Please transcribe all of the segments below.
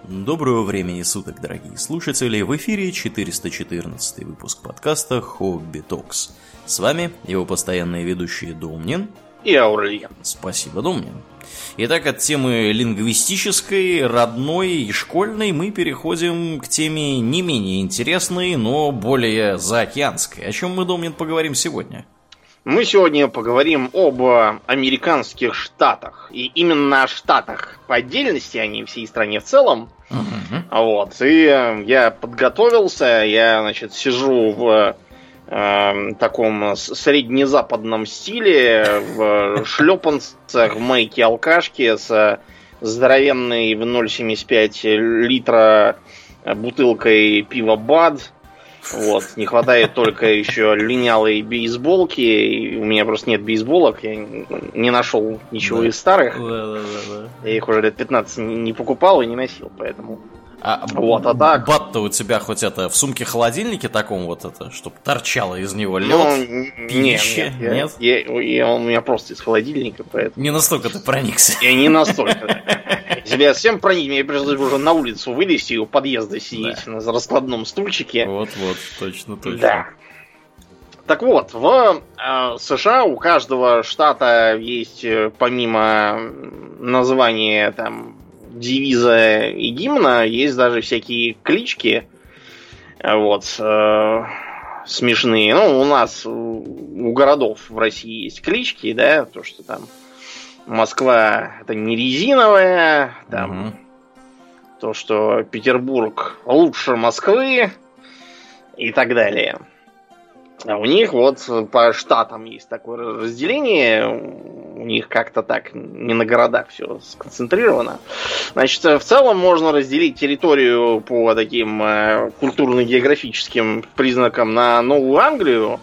Доброго времени суток, дорогие слушатели! В эфире 414 выпуск подкаста Хобби Токс. С вами его постоянные ведущие Домнин и Аурельян. Спасибо, Домнин. Итак, от темы лингвистической, родной и школьной мы переходим к теме не менее интересной, но более заокеанской. О чем мы, Домнин, поговорим сегодня? Мы сегодня поговорим об американских штатах. И именно о штатах по отдельности, а не всей стране в целом. Вот. И я подготовился, я, сижу в таком среднезападном стиле, в шлепанцах, в майке алкашки с здоровенной в 0,75 литра бутылкой пива Бад. Вот, не хватает только еще линялой бейсболки. И у меня просто нет бейсболок. Я не нашел ничего из старых. Я их уже лет 15 не покупал и не носил, поэтому. Вот, а так. Бат-то у тебя хоть это в сумке-холодильнике таком вот это, чтобы торчало из него лед, пища? Нет? Он у меня просто из холодильника, поэтому. Не настолько ты проникся. Я не настолько. Если бы я всем проник, мне пришлось бы уже на улицу вылезти и у подъезда сидеть на раскладном стульчике. Вот, точно. Да. Так вот, в США у каждого штата есть, помимо названия там девиза и гимна, есть даже всякие клички, вот, смешные. Ну, у нас у городов в России есть клички, да, то, что там Москва это не резиновая, там то, что Петербург лучше Москвы и так далее. А у них вот по штатам есть такое разделение, у них как-то так не на городах все сконцентрировано. Значит, в целом можно разделить территорию по таким культурно-географическим признакам на Новую Англию,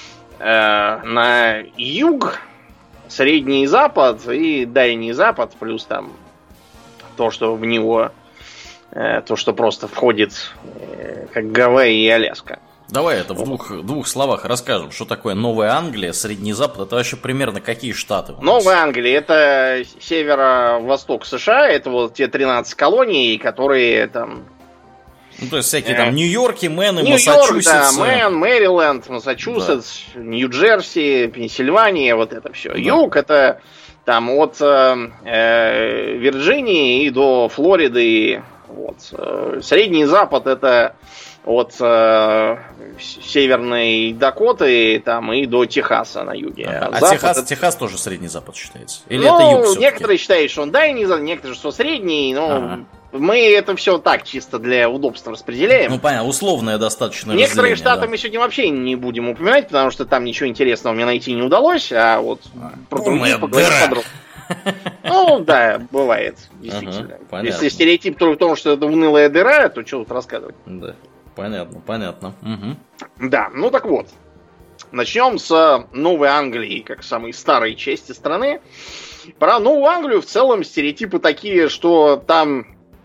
на юг, Средний Запад и Дальний Запад, плюс там то, что в него, то, что просто входит, как Гавайи и Аляска. Давай это в двух словах расскажем, что такое Новая Англия, Средний Запад, это вообще примерно какие штаты у нас? Новая Англия это северо-восток США, это вот те 13 колоний, которые там... Ну, то есть всякие там Нью-Йорки, Мэны, Массачусетс. Да, Мэн, Мэриленд, Массачусетс, да. Нью-Джерси, Пенсильвания, вот это все. Да. Юг это там от Вирджинии и до Флориды. Вот. Средний Запад это от Северной Дакоты там, и до Техаса на юге. Техас тоже Средний Запад считается? Или это юг все-таки? Некоторые считают, что он дальний, некоторые, что средний, но... Мы это все так, чисто для удобства распределяем. Ну, понятно, условное достаточно Некоторые штаты да. мы сегодня вообще не будем упоминать, потому что там ничего интересного мне найти не удалось, а вот про другие поговорим подробно. Ну, да, бывает, действительно. Если стереотип только в том, что это унылая дыра, то что тут рассказывать? Да, понятно. Да, ну так вот. Начнем с Новой Англии, как самой старой части страны. Про Новую Англию в целом стереотипы такие, что там...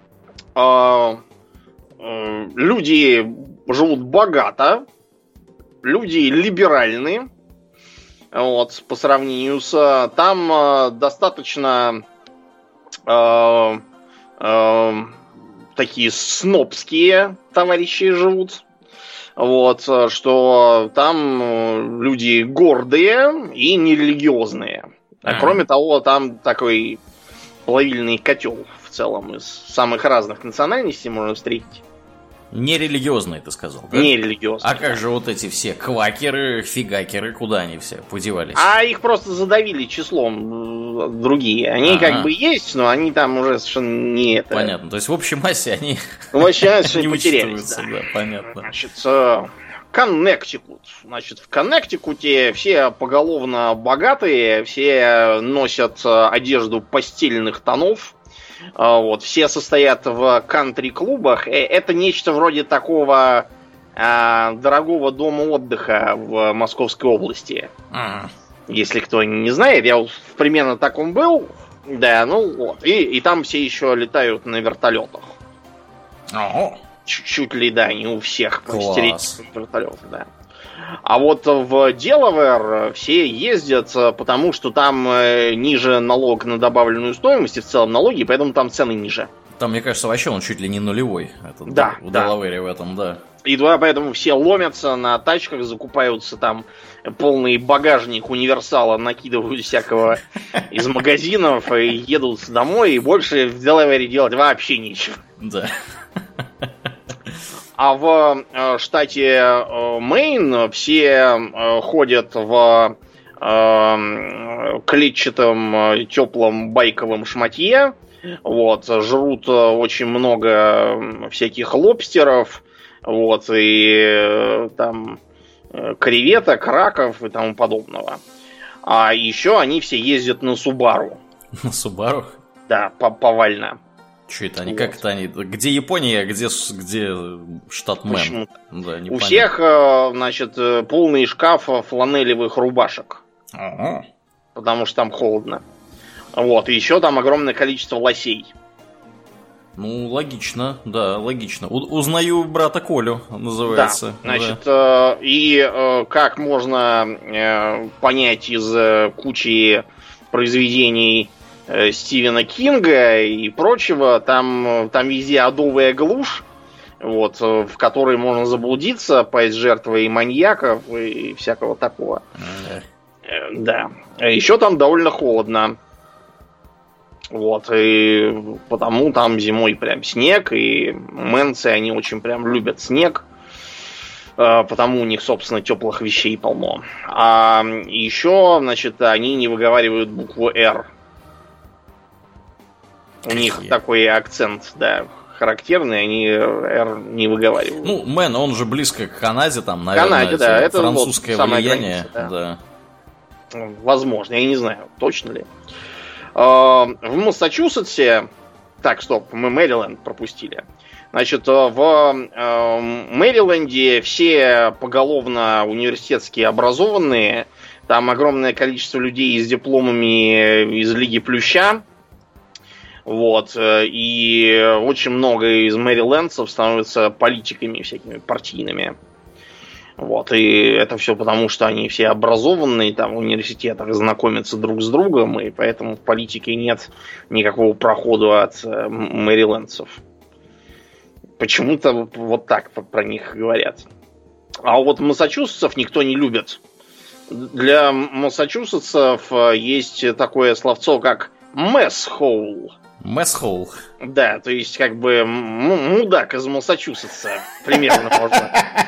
люди живут богато, люди либеральные, вот, по сравнению с... Там достаточно такие снобские товарищи живут, вот, что там люди гордые и нерелигиозные. А кроме того, там такой плавильный котел в целом из самых разных национальностей можно встретить. Нерелигиозные, ты сказал, да? Нерелигиозные. А как же вот эти все квакеры, фигакеры, куда они все подевались? А их просто задавили числом другие. Они как бы есть, но они там уже совершенно не это. Понятно, то есть в общей массе они не потерялись. Да, понятно. Значит, Коннектикут. Значит, в Коннектикуте все поголовно богатые, все носят одежду постельных тонов. Вот, все состоят в кантри-клубах. Это нечто вроде такого дорогого дома отдыха в Московской области. Если кто не знает, я вот примерно таком был. Да, ну вот. И там все еще летают на вертолетах. Чуть ли, да, не у всех вертолетов, да. А вот в Делавэр все ездят, потому что там ниже налог на добавленную стоимость и в целом налоги, поэтому там цены ниже. Там, мне кажется, вообще он чуть ли не нулевой. Это да, в Делавере в этом, да. И туда поэтому все ломятся на тачках, закупаются там полный багажник универсала, накидывают всякого из магазинов и едут домой, и больше в Делавере делать вообще нечего. Да. А в штате Мэйн все ходят в клетчатом теплом байковом шматье, вот, жрут очень много всяких лобстеров, вот, и там креветок, раков и тому подобного. А еще они все ездят на Субару. На Субару? Да, повально. Что это они? Вот. Как это они? Где Япония, а где штат Мэн? Да, у всех, значит, полный шкаф фланелевых рубашек. Ага. Потому что там холодно. Вот, и еще там огромное количество лосей. Ну, логично, да, логично. Узнаю брата Колю, называется. Да, значит, и как можно понять из кучи произведений Стивена Кинга и прочего, там везде адовая глушь, вот, в которой можно заблудиться, пасть жертвой маньяков и всякого такого. Да. Еще там довольно холодно. Вот, и потому там зимой прям снег, и мэнцы, они очень прям любят снег, потому у них, собственно, теплых вещей полно. А еще, значит, они не выговаривают букву «Р». У них такой акцент, да, характерный, они «Р» не выговаривают. Ну, Мэн, он же близко к Канаде, там, наверное, Канаде, да, это французское вот влияние. Граница, да. Возможно, я не знаю, точно ли. В Массачусетсе... Так, стоп, мы Мэриленд пропустили. Значит, в Мэриленде все поголовно университетски образованные. Там огромное количество людей с дипломами из Лиги Плюща. Вот. И очень много из мэрилендцев становятся политиками всякими партийными. Вот, и это все потому, что они все образованные, там в университетах знакомятся друг с другом, и поэтому в политике нет никакого прохода от мэрилендцев. Почему-то вот так про них говорят. А вот массачусетцев никто не любит. Для массачусетцев есть такое словцо, как mess-hole. Mess-hole. Да, то есть как бы мудак из Массачусетса, примерно можно.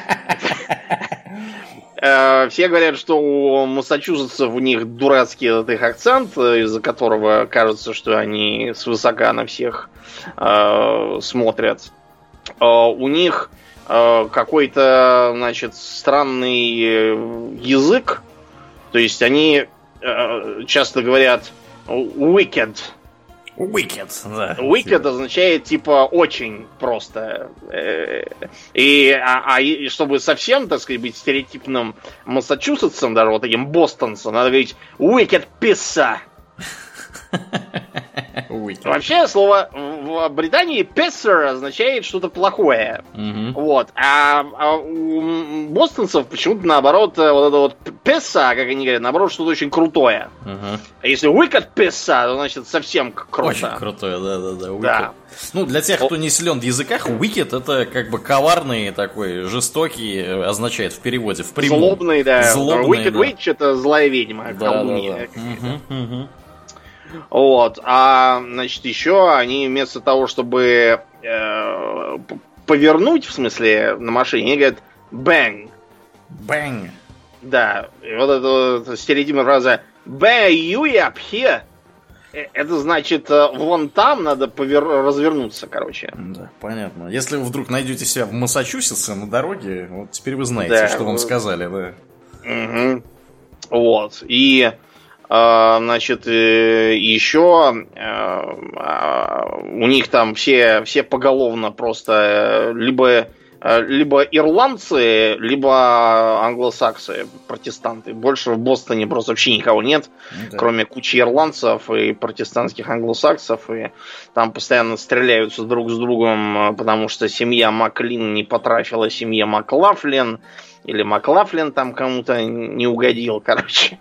Все говорят, что у массачусетцев у них дурацкий этот их акцент, из-за которого кажется, что они свысока на всех смотрят. У них какой-то, значит, странный язык. То есть они часто говорят wicked. Wicked, да. Wicked означает типа очень просто. И чтобы совсем, так сказать, быть стереотипным массачусетцем, даже вот таким бостонцем, надо говорить wicked pizza. Вообще, слово в Британии pizza означает что-то плохое. Вот. А у бостонцев почему-то наоборот вот это вот pizza, как они говорят, наоборот, что-то очень крутое. А если wicked pizza, то значит совсем круто. Очень крутое, да. Ну, для тех, кто не силен в языках, wicked это как бы коварный такой, жестокий, означает в переводе, в прямом. Злобный, да. Злобный, wicked witch это злая ведьма. Да. Вот, а, значит, еще они вместо того, чтобы повернуть, в смысле, на машине, они говорят bang. Bang. Да, и вот эта стереотипная фраза bang you up here. Это значит, вон там надо развернуться, короче. Да, понятно. Если вы вдруг найдете себя в Массачусетсе на дороге, вот теперь вы знаете, что вам сказали, да. Угу. Вот, и... Значит, еще у них там все поголовно просто либо ирландцы, либо англосаксы, протестанты. Больше в Бостоне просто вообще никого нет, кроме кучи ирландцев и протестантских англосаксов. И там постоянно стреляются друг с другом, потому что семья Маклин не потрафила семье Маклафлин. Или Маклафлин там кому-то не угодил, короче.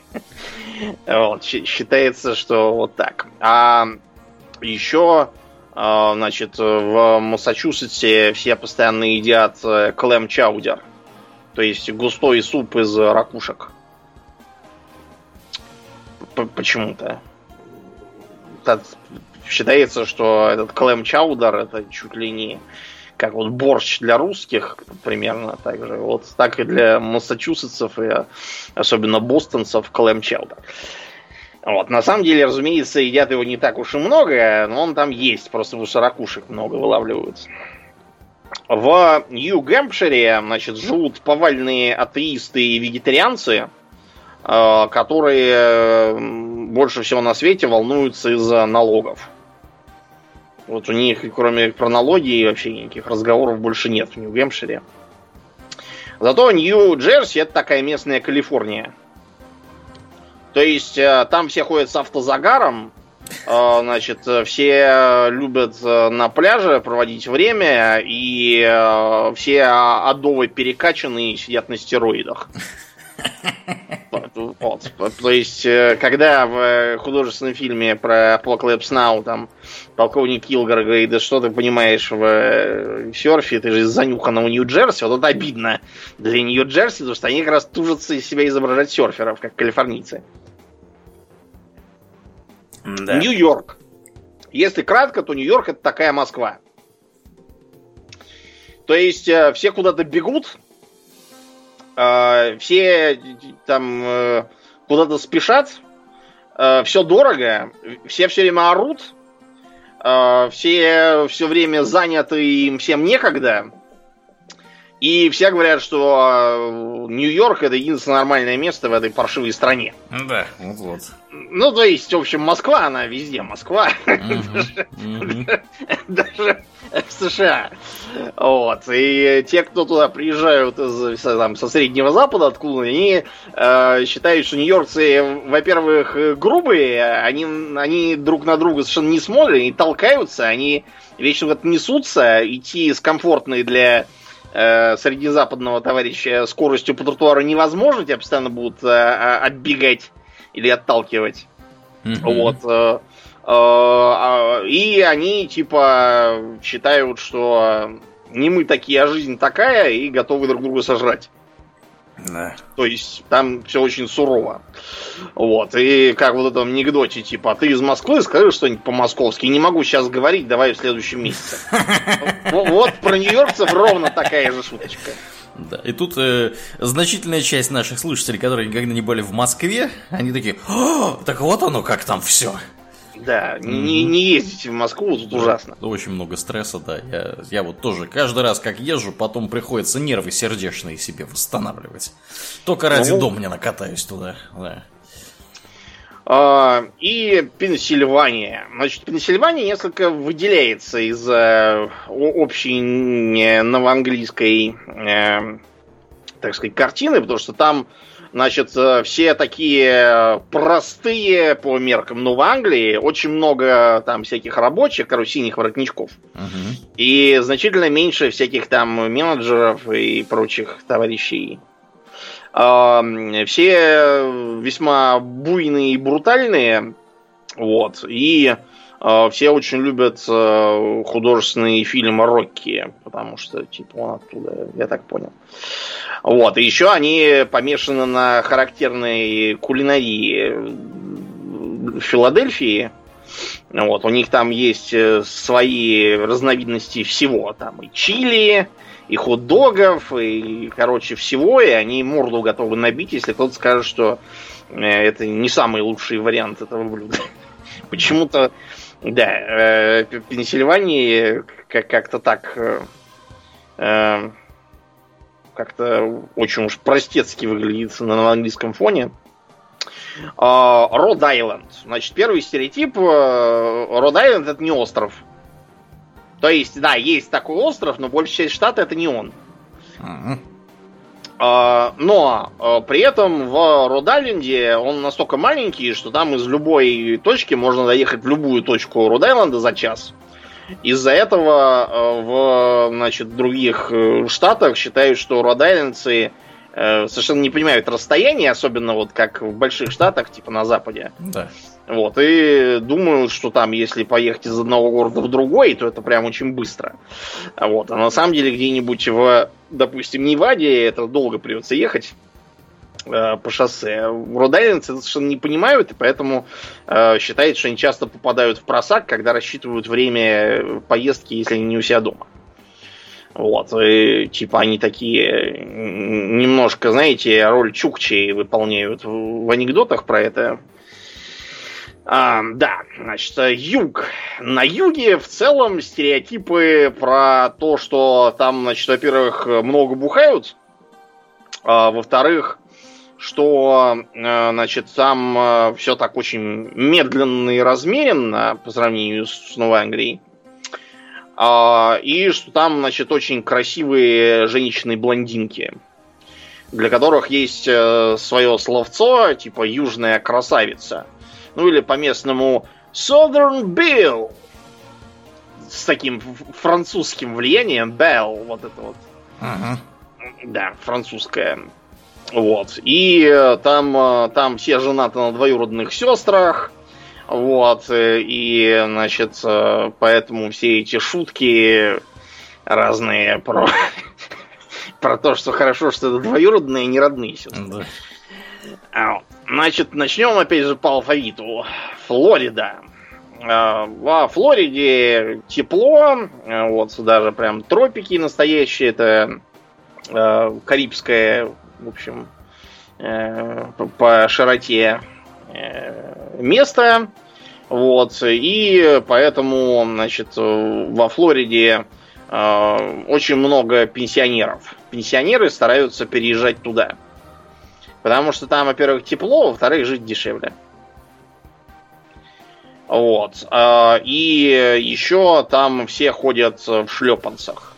Вот, считается, что вот так. А еще Значит, в Массачусетсе все постоянно едят клэм-чаудер. То есть густой суп из ракушек. Почему-то. Считается, что этот клэм-чаудер это чуть ли не как вот борщ для русских, примерно так же. Вот так и для массачусетцев и особенно бостонцев клэм-чаудер. Вот. На самом деле, разумеется, едят его не так уж и много, но он там есть, просто в ракушек много вылавливаются. В Нью-Гэмпшире, значит, живут повальные атеисты и вегетарианцы, которые больше всего на свете волнуются из-за налогов. Вот у них, кроме хронологии, вообще никаких разговоров больше нет в Нью-Гэмпшире. Зато Нью-Джерси — это такая местная Калифорния. То есть там все ходят с автозагаром, значит, все любят на пляже проводить время, и все адово перекачанные сидят на стероидах. Вот. То есть, когда в художественном фильме про Apocalypse Now там полковник Килгар говорит, да что ты понимаешь в серфе, ты же из занюханного Нью-Джерси, вот это обидно для Нью-Джерси, потому что они как раз тужатся из себя изображать серферов, как калифорнийцы. Да. Нью-Йорк. Если кратко, то Нью-Йорк это такая Москва. То есть все куда-то бегут, все там куда-то спешат, все дорого, все время орут, все время заняты, им всем некогда. И все говорят, что Нью-Йорк это единственное нормальное место в этой паршивой стране. Да, вот. Ну, то есть, в общем, Москва, она везде Москва. Даже в США. Вот. И те, кто туда приезжают со Среднего Запада, откуда они считают, что нью-йоркцы, во-первых, грубые, они друг на друга совершенно не смотрят, и толкаются, они вечно вот несутся, идти с комфортной для среднезападного товарища скоростью по тротуару невозможно, тебя постоянно будут отбегать или отталкивать. Вот. И они типа считают, что не мы такие, а жизнь такая, и готовы друг друга сожрать. Да. То есть там все очень сурово. Вот. И как вот в этом анекдоте, типа, ты из Москвы, скажи что-нибудь по-московски. Не могу сейчас говорить, давай в следующем месяце. Вот про нью-йоркцев ровно такая же шуточка. Да, и тут значительная часть наших слушателей, которые никогда не были в Москве, они такие, так вот оно как там все. Да, не ездите в Москву, тут ужасно. Очень много стресса, да. Я вот тоже каждый раз, как езжу, потом приходится нервы сердечные себе восстанавливать. Только ради Домнина катаюсь туда, да. И Пенсильвания. Значит, Пенсильвания несколько выделяется из общей новоанглийской, так сказать, картины, потому что там, значит, все такие простые по меркам Новой Англии, очень много там всяких рабочих, синих воротничков. И значительно меньше всяких там менеджеров и прочих товарищей. Все весьма буйные и брутальные, вот, и все очень любят художественные фильмы Рокки, потому что, типа, он оттуда, я так понял. Вот, и еще они помешаны на характерной кулинарии Филадельфии. Вот, у них там есть свои разновидности всего, там и чили, и хот-догов, и, короче, всего, и они морду готовы набить, если кто-то скажет, что это не самый лучший вариант этого блюда. Почему-то, да, в Пенсильвании как-то так, как-то очень уж простецки выглядит на английском фоне. Род-Айленд. Значит, первый стереотип, Род-Айленд это не остров. То есть, да, есть такой остров, но большая часть штата это не он. Но при этом в Род-Айленде он настолько маленький, что там из любой точки можно доехать в любую точку Род-Айленда за час. Из-за этого в, значит, других штатах считают, что род-айлендцы совершенно не понимают расстояние, особенно вот как в больших штатах, типа на Западе. Да. Вот, и думают, что там, если поехать из одного города в другой, то это прям очень быстро. Вот, а на самом деле где-нибудь в, допустим, Неваде это долго придется ехать по шоссе. Родайленцы это совершенно не понимают, и поэтому считают, что они часто попадают в просак, когда рассчитывают время поездки, если они не у себя дома. Вот, и типа они такие немножко, знаете, роль чукчей выполняют в анекдотах про это. Да, значит, юг. На юге в целом стереотипы про то, что там, значит, во-первых, много бухают, а во-вторых, что, значит, там все так очень медленно и размеренно по сравнению с Новой Англией. И что там, значит, очень красивые женщины-блондинки, для которых есть свое словцо, типа «южная красавица». Ну или по-местному Southern Belle. С таким французским влиянием. Belle, вот это вот. Да, французская. Вот. И там все женаты на двоюродных сестрах. Вот. И, значит, поэтому все эти шутки разные про то, что хорошо, что это двоюродные, не родные сестры. Значит, начнем опять же по алфавиту. Флорида. Во Флориде тепло. Вот даже прям тропики настоящие. Это карибское, в общем, по широте место. Вот. И поэтому, значит, во Флориде очень много пенсионеров. Пенсионеры стараются переезжать туда. Потому что там, во-первых, тепло, во-вторых, жить дешевле. Вот. И еще там все ходят в шлепанцах.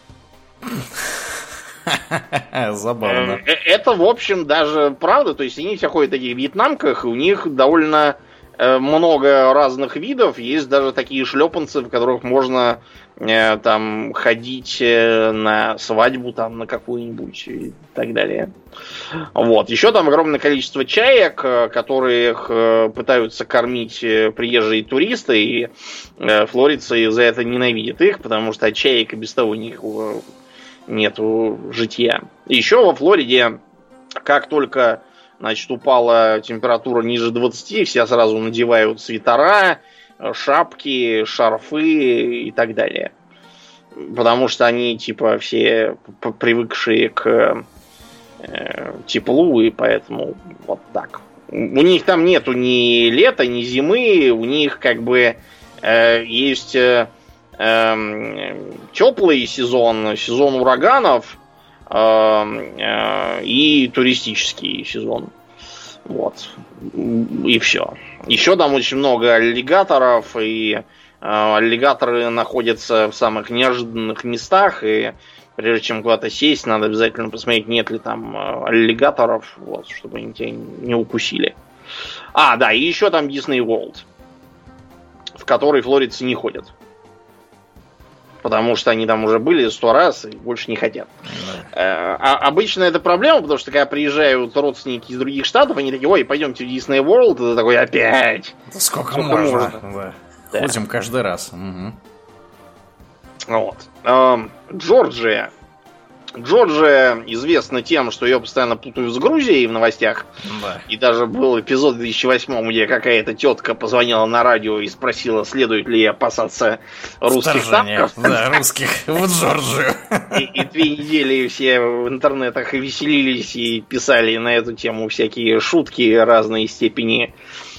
Забавно. Это, в общем, даже правда. То есть они все ходят в таких вьетнамках, и у них довольно много разных видов. Есть даже такие шлепанцы, в которых можно там ходить на свадьбу там на какую-нибудь и так далее. Вот. Еще там огромное количество чаек, которых пытаются кормить приезжие туристы, и флоридцы за это ненавидят их, потому что от чаек и без того никакого нету житья. Еще во Флориде, как только, значит, упала температура ниже 20, все сразу надевают свитера, шапки, шарфы и так далее. Потому что они, типа, все привыкшие к теплу, и поэтому вот так. У них там нету ни лета, ни зимы, у них как бы есть теплый сезон, сезон ураганов и туристический сезон. Вот. И все. Еще там очень много аллигаторов, и аллигаторы находятся в самых неожиданных местах, и прежде чем куда-то сесть, надо обязательно посмотреть, нет ли там аллигаторов, вот, чтобы они тебя не укусили. Да, и еще там Disney World, в который флоридцы не ходят. Потому что они там уже были 100 раз и больше не хотят. Обычно это проблема, потому что когда приезжают родственники из других штатов, они такие: ой, пойдемте в Disney World, и ты такой: опять! Сколько можно? Да. Ходим каждый раз. Вот. Джорджия. Джорджия известна тем, что ее постоянно путают с Грузией в новостях. Да. И даже был эпизод в 2008, где какая-то тетка позвонила на радио и спросила, следует ли опасаться русских танков. Да, русских в Джорджию. И 2 недели все в интернетах веселились и писали на эту тему всякие шутки разной степени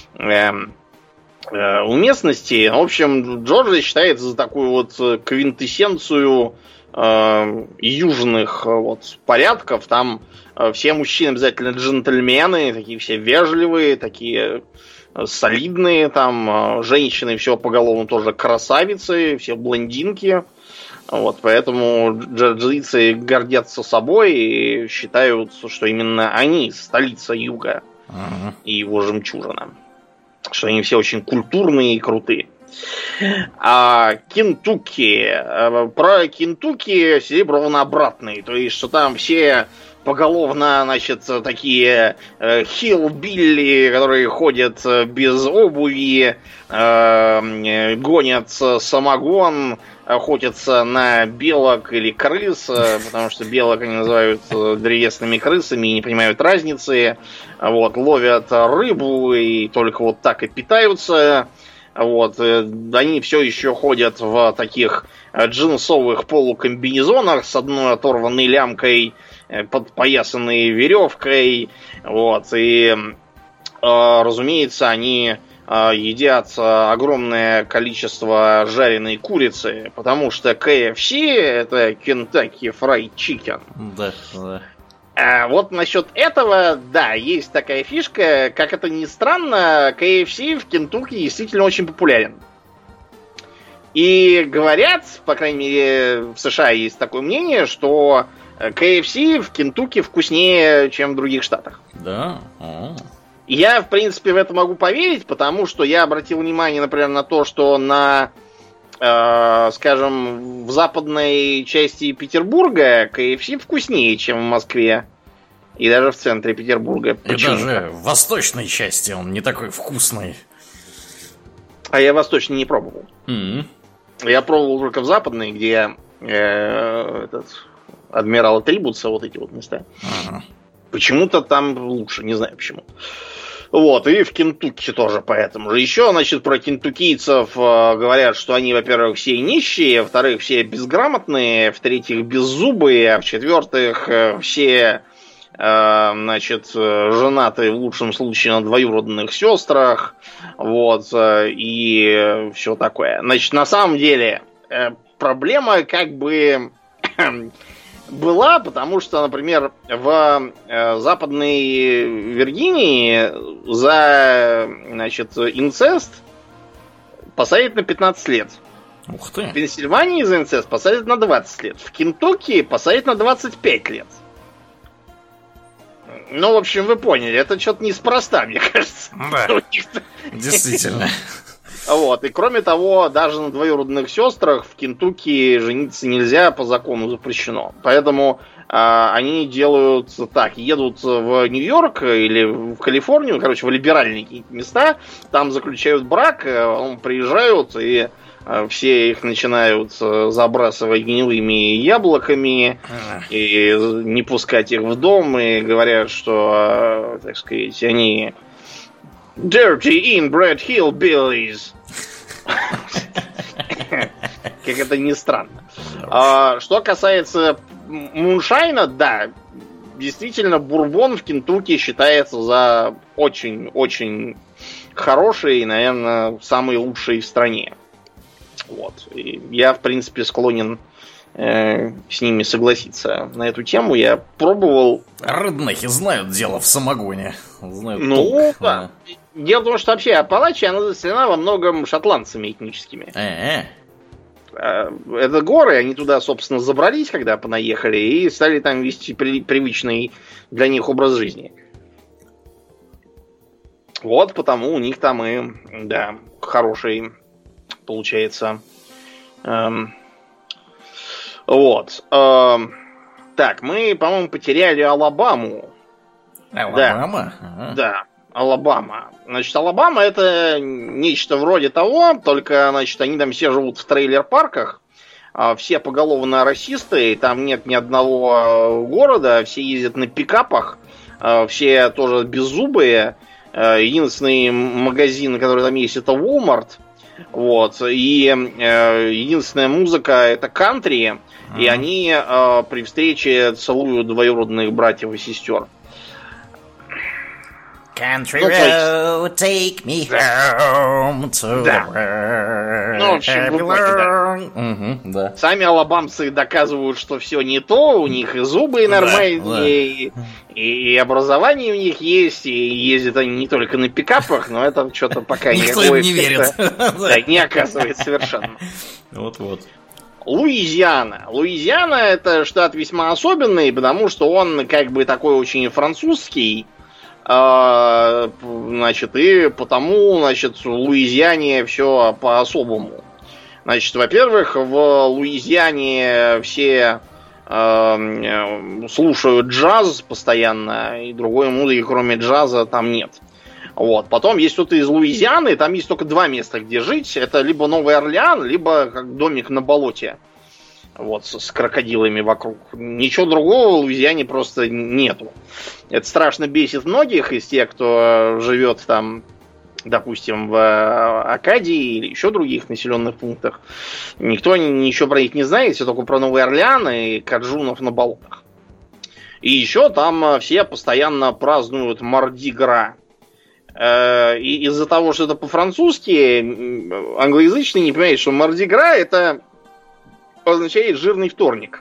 уместности. В общем, Джорджия считается за такую вот квинтэссенцию южных вот порядков. Там все мужчины обязательно джентльмены, такие все вежливые, такие солидные. Там женщины все поголовно тоже красавицы, все блондинки. Вот, поэтому джорджийцы гордятся собой и считают, что именно они столица юга и его жемчужина. Что они все очень культурные и крутые. Кентукки. Про Кентукки серебро ровно обратный. То есть, что там все поголовно, значит, такие хиллбилли, которые ходят без обуви, гонят самогон, охотятся на белок или крыс, потому что белок они называют древесными крысами и не понимают разницы. Вот, ловят рыбу и только вот так и питаются. Вот, они все еще ходят в таких джинсовых полукомбинезонах с одной оторванной лямкой, подпоясанной веревкой. Вот, и, разумеется, они едят огромное количество жареной курицы, потому что KFC это Kentucky Fried Chicken. Да, да. Вот насчет этого, да, есть такая фишка. Как это ни странно, KFC в Кентукки действительно очень популярен. И говорят, по крайней мере, в США есть такое мнение, что KFC в Кентукки вкуснее, чем в других штатах. Да? Я, в принципе, в это могу поверить, потому что я обратил внимание, например, на то, что на, скажем, в западной части Петербурга KFC вкуснее, чем в Москве. И даже в центре Петербурга. Почему? И даже в восточной части он не такой вкусный. А я восточный не пробовал. Я пробовал только в западной, где Адмирала Трибутса, вот эти вот места. Почему-то там лучше, не знаю почему. Вот, и в Кентукки тоже поэтому же. Еще, значит, про кентуккийцев говорят, что они, во-первых, все нищие, во-вторых, все безграмотные, в-третьих, беззубые, а в-четвертых, все, значит, женаты в лучшем случае на двоюродных сестрах, вот, и все такое. Значит, на самом деле, проблема как бы была, потому что, например, в Западной Виргинии за, значит, инцест посадят на 15 лет. Ух ты. В Пенсильвании за инцест посадят на 20 лет. В Кентукки посадят на 25 лет. Ну, в общем, вы поняли, это что-то неспроста, мне кажется. Да, действительно. Вот, и кроме того, даже на двоюродных сестрах в Кентукки жениться нельзя, по закону запрещено. Поэтому они делают так, едут в Нью-Йорк или в Калифорнию, короче, в либеральные какие-то места, там заключают брак, приезжают и все их начинают забрасывать гнилыми яблоками и не пускать их в дом, и говорят, что, так сказать, они dirty inbred hillbillies. Как это ни странно. Что касается муншайна, да, действительно, бурбон в Кентукки считается за очень-очень хороший и, наверное, самый лучший в стране. Вот. И я, в принципе, склонен с ними согласиться на эту тему. Я пробовал. Роднехи знают дело в самогоне. Знают толк. Да. Дело в том, что вообще Апалачия, она заселена во многом шотландцами этническими. Это горы, они туда, собственно, забрались, когда понаехали, и стали там вести привычный для них образ жизни. Вот потому у них там и, да, хороший получается. Вот. Так, мы, по-моему, потеряли Алабаму. Алабама? Да. Да, Алабама. Значит, Алабама это нечто вроде того, только, значит, они там все живут в трейлер-парках, все поголовно расисты, там нет ни одного города, все ездят на пикапах, все тоже беззубые. Единственный магазин, который там есть, это Walmart. Вот. И единственная музыка это кантри, и они при встрече целуют двоюродных братьев и сестер. Country road, take me home to the world. Ну, в общем, вы поняли, да. Сами алабамцы доказывают, что все не то, у них и зубы нормальные, и образование у них есть, и ездят они не только на пикапах, но это что-то пока никто им не верит. Да, не оказывает совершенно. Вот-вот. Луизиана. Луизиана это штат весьма особенный, потому что он как бы такой очень французский. Значит, и потому, значит, в Луизиане все по-особому. Значит, во-первых, в Луизиане все слушают джаз постоянно, и другой музыки, кроме джаза, там нет. Вот. Потом есть кто-то из Луизианы, там есть только два места, где жить. Это либо Новый Орлеан, либо как домик на болоте. Вот, с крокодилами вокруг. Ничего другого в Луизиане просто нету. Это страшно бесит многих из тех, кто живет там, допустим, в Акадии или еще других населенных пунктах. Никто ничего про них не знает, все только про Новый Орлеан и каджунов на болотах. И еще там все постоянно празднуют Марди-Гра. И из-за того, что это по-французски, англоязычный не понимает, что Марди-Гра это означает жирный вторник.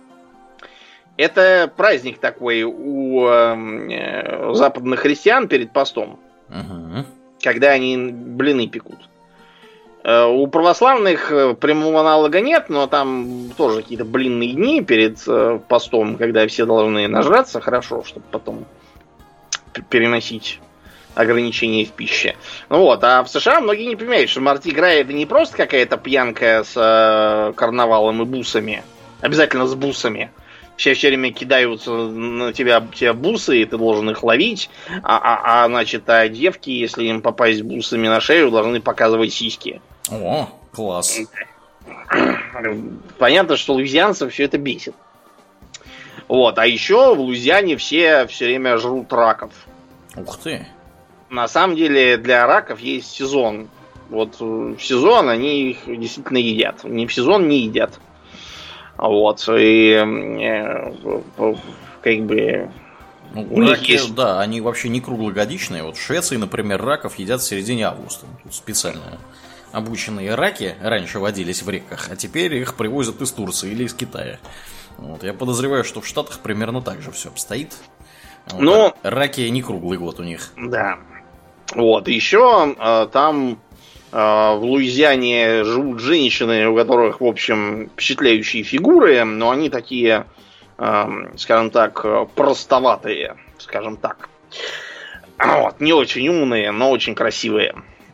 Это праздник такой у западных христиан перед постом. Когда они блины пекут. У православных прямого аналога нет, но там тоже какие-то блинные дни перед постом, когда все должны нажраться хорошо, чтобы потом переносить ограничения в пище. Ну вот, а в США многие не понимают, что Марди-Гра это не просто какая-то пьянка с карнавалом и бусами. Обязательно с бусами. Все время кидаются на тебя бусы, и ты должен их ловить. Значит, девки, если им попасть бусами на шею, должны показывать сиськи. О, класс. Понятно, что луизианцев все это бесит. Вот, а еще в Луизиане все время жрут раков. Ух ты. На самом деле для раков есть сезон. Вот в сезон они их действительно едят. Не в сезон не едят. Вот. И как бы... Ну, раки, есть... да, они вообще не круглогодичные. Вот в Швеции, например, раков едят в середине августа. Тут специально обученные раки раньше водились в реках, а теперь их привозят из Турции или из Китая. Вот. Я подозреваю, что в Штатах примерно так же все обстоит. Вот. Но... Раки не круглый год у них. Да. Вот. Еще там в Луизиане живут женщины, у которых, в общем, впечатляющие фигуры, но они такие, скажем так, простоватые, скажем так. Вот. Не очень умные, но очень красивые.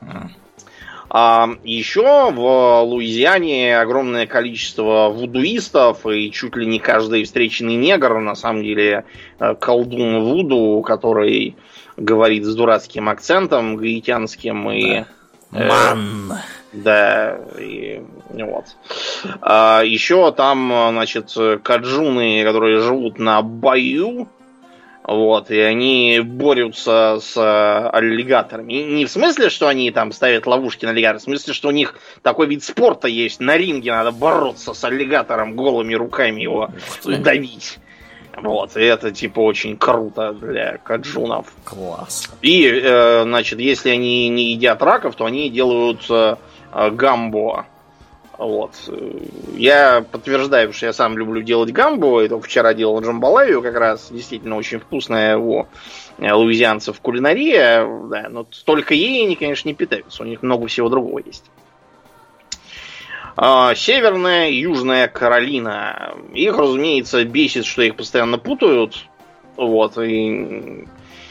Еще в Луизиане огромное количество вудуистов, и чуть ли не каждый встреченный негр, на самом деле, колдун вуду, который говорит с дурацким акцентом гаитянским и... Ман! Да, и вот. Еще там, значит, каджуны, которые живут на баю, вот, и они борются с аллигаторами. Не в смысле, что они там ставят ловушки на аллигатор, в смысле, что у них такой вид спорта есть. На ринге надо бороться с аллигатором, голыми руками его давить. Вот, и это типа очень круто для каджунов. Класс. И, значит, если они не едят раков, то они делают гамбо. Вот. Я подтверждаю, что я сам люблю делать гамбо. И только вчера делал джамбалаю, как раз действительно очень вкусная у луизианцев кулинария. Да, но только ей они, конечно, не питаются. У них много всего другого есть. Северная и Южная Каролина. Их, разумеется, бесит, что их постоянно путают. Вот. И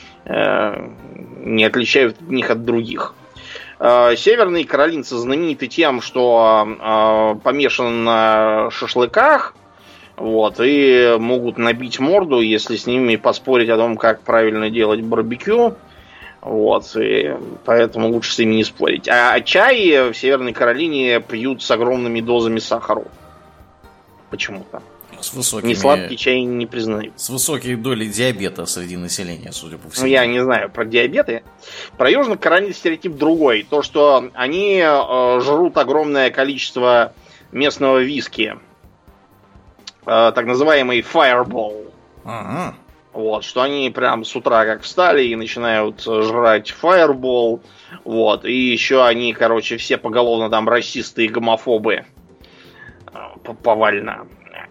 не отличают них от других. Северные каролинцы знамениты тем, что помешаны на шашлыках, вот, и могут набить морду, если с ними поспорить о том, как правильно делать барбекю. Вот, и поэтому лучше с ними не спорить. А чай в Северной Каролине пьют с огромными дозами сахара. Почему-то. С высокими... Несладкий чай не признают. С высокой долей диабета среди населения, судя по всему. Ну, я не знаю про диабеты. Про южных каролинцев стереотип другой. То, что они жрут огромное количество местного виски. Так называемый fireball. Ага. Вот, что они прям с утра как встали и начинают жрать fireball. Вот, и еще они, короче, все поголовно там расисты и гомофобы. Повально.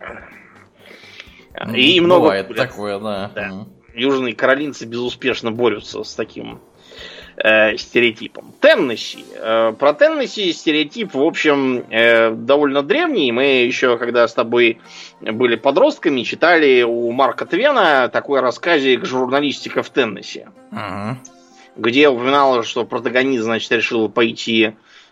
И много бывает такое, да. Южные каролинцы безуспешно борются с таким стереотипом. Теннесси. Про Теннесси стереотип, в общем, довольно древний. Мы еще, когда с тобой были подростками, читали у Марка Твена такой рассказик «Журналистика в Теннесси», где упоминалось, что протагонист, значит, решил пойти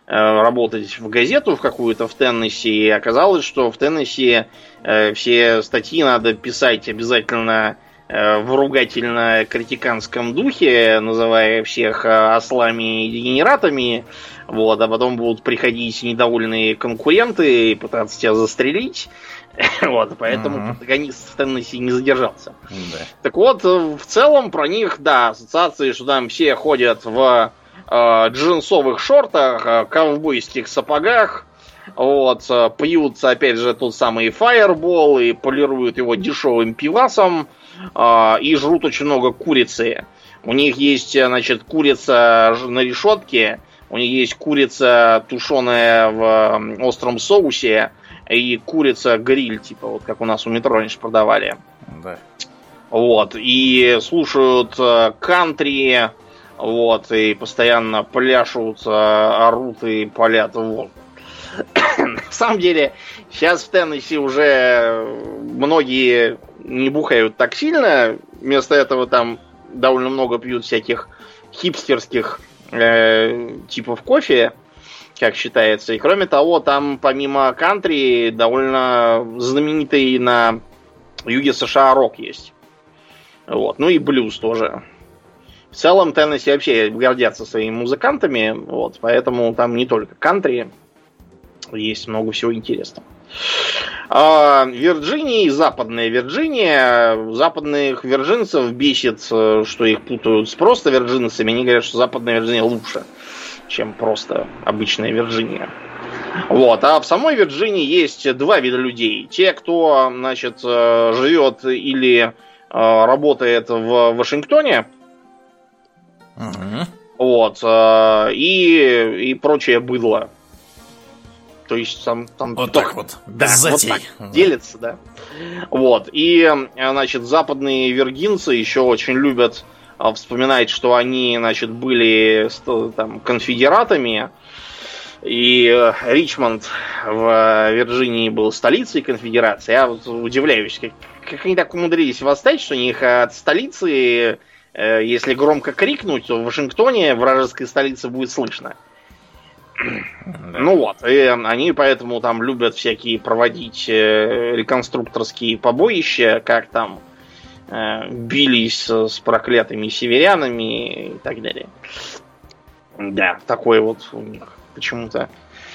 работать в газету в какую-то в Теннесси, и оказалось, что в Теннесси все статьи надо писать обязательно в ругательно-критиканском духе, называя всех ослами и дегенератами, вот, а потом будут приходить недовольные конкуренты и пытаться тебя застрелить. Вот, поэтому протагонист в Теннесси не задержался. Да. Так вот, в целом про них, да, ассоциации, что там все ходят в джинсовых шортах, ковбойских сапогах, вот, пьют, опять же, тот самый фаербол и полируют его дешевым пивасом, и жрут очень много курицы. У них есть, значит, курица на решетке, у них есть курица, тушеная в остром соусе, и курица-гриль, типа, вот как у нас у метро раньше продавали. Да. Вот, и слушают кантри, вот, и постоянно пляшут, орут и палят в воздух. На самом деле, сейчас в Теннесси уже многие не бухают так сильно. Вместо этого там довольно много пьют всяких хипстерских типов кофе, как считается. И кроме того, там помимо кантри довольно знаменитый на юге США рок есть. Вот. Ну и блюз тоже. В целом Теннесси вообще гордятся своими музыкантами, вот, поэтому там не только кантри, есть много всего интересного. Вирджиния и Западная Вирджиния. Западных вирджинцев бесит, что их путают с просто вирджинцами. Они говорят, что Западная Вирджиния лучше, чем просто обычная Вирджиния. Вот. А в самой Вирджинии есть два вида людей. Те, кто, значит, живет или работает в Вашингтоне, вот, и прочее быдло. То есть там вот так вот, без затей. Вот так делится, да. Вот. И, значит, западные виргинцы еще очень любят вспоминать, что они, значит, были там конфедератами. И Ричмонд в Вирджинии был столицей конфедерации. Я вот удивляюсь, как они так умудрились восстать, что у них от столицы, если громко крикнуть, то в Вашингтоне, вражеской столице, будет слышно. Да. Ну вот, и они поэтому там любят всякие проводить реконструкторские побоища, как там бились с проклятыми северянами и так далее. Да, такой вот у них почему-то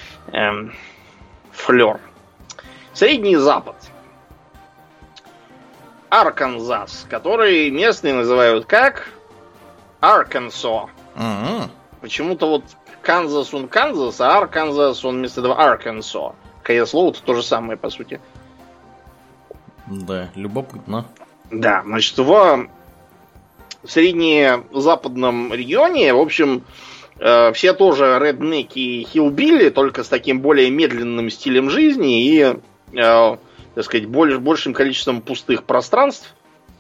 флер. Средний Запад. Арканзас, который местные называют как Аркансо. Почему-то вот Канзас он Канзас, а Арканзас он вместо этого Аркансо. Какое слово-то то же самое, по сути. Да, любопытно. Да, значит, в среднезападном регионе, в общем, все тоже реднеки и хиллбилли, только с таким более медленным стилем жизни и, так сказать, большим количеством пустых пространств.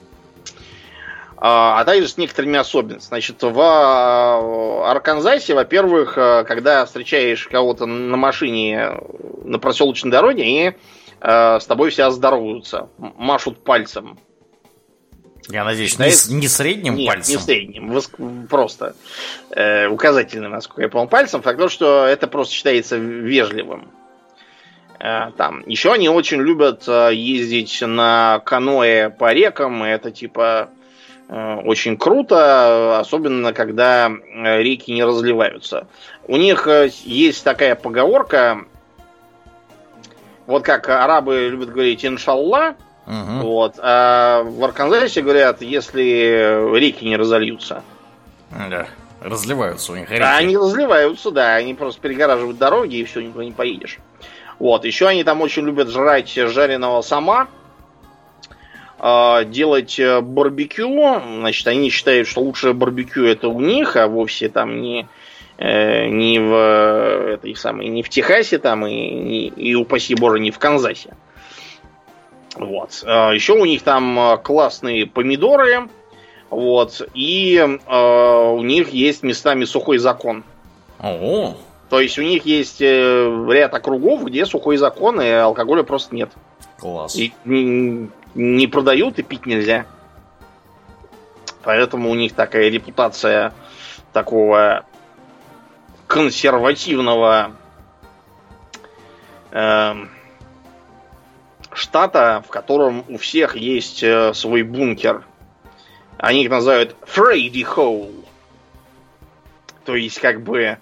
А также с некоторыми особенностями. Значит, в Арканзасе, во-первых, когда встречаешь кого-то на машине на проселочной дороге, они с тобой все здороваются, машут пальцем. Я надеюсь, не средним пальцем? Нет, не средним, просто указательным, насколько я понял, пальцем. Факт то, что это просто считается вежливым. Там. Еще они очень любят ездить на каноэ по рекам, это типа очень круто, особенно когда реки не разливаются. У них есть такая поговорка, вот как арабы любят говорить «иншалла», вот, а в Арканзасе говорят, если реки не разольются. Да, разливаются у них реки. Они разливаются, да, они просто перегораживают дороги, и все, никуда не поедешь. Вот, еще они там очень любят жрать жареного сома, делать барбекю. Значит, они считают, что лучшее барбекю это у них, а вовсе там не в Техасе там и упаси боже, не в Канзасе. Вот. Еще у них там классные помидоры, вот, и у них есть местами сухой закон. О. То есть у них есть ряд округов, где сухой закон, и алкоголя просто нет. Класс. И не продают, и пить нельзя. Поэтому у них такая репутация такого консервативного штата, в котором у всех есть свой бункер. Они их называют Freddy Hole. То есть, как бы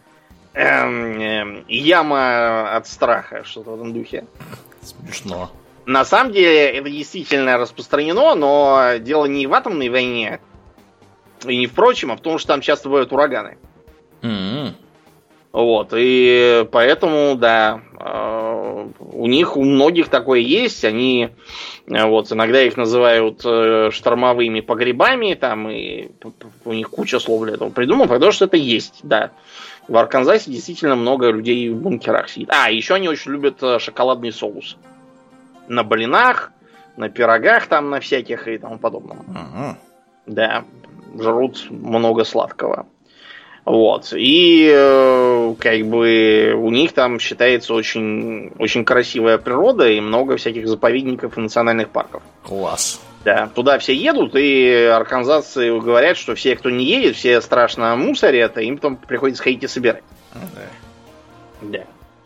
яма от страха, что-то в этом духе. Смешно. На самом деле, это действительно распространено, но дело не в атомной войне и не в прочем, а в том, что там часто бывают ураганы. Mm-hmm. Вот, и поэтому, да, у многих такое есть. Они, вот, иногда их называют штормовыми погребами, там, и у них куча слов для этого придумано, потому что это есть, да. В Арканзасе действительно много людей в бункерах сидит. Еще они очень любят шоколадный соус. На блинах, на пирогах там, на всяких и тому подобном. Uh-huh. Да, жрут много сладкого. Вот. И как бы у них там считается очень, очень красивая природа и много всяких заповедников и национальных парков. Класс. Да, туда все едут, и арканзасцы говорят, что все, кто не едет, все страшно мусорят, и им потом приходится ходить и собирать. Да.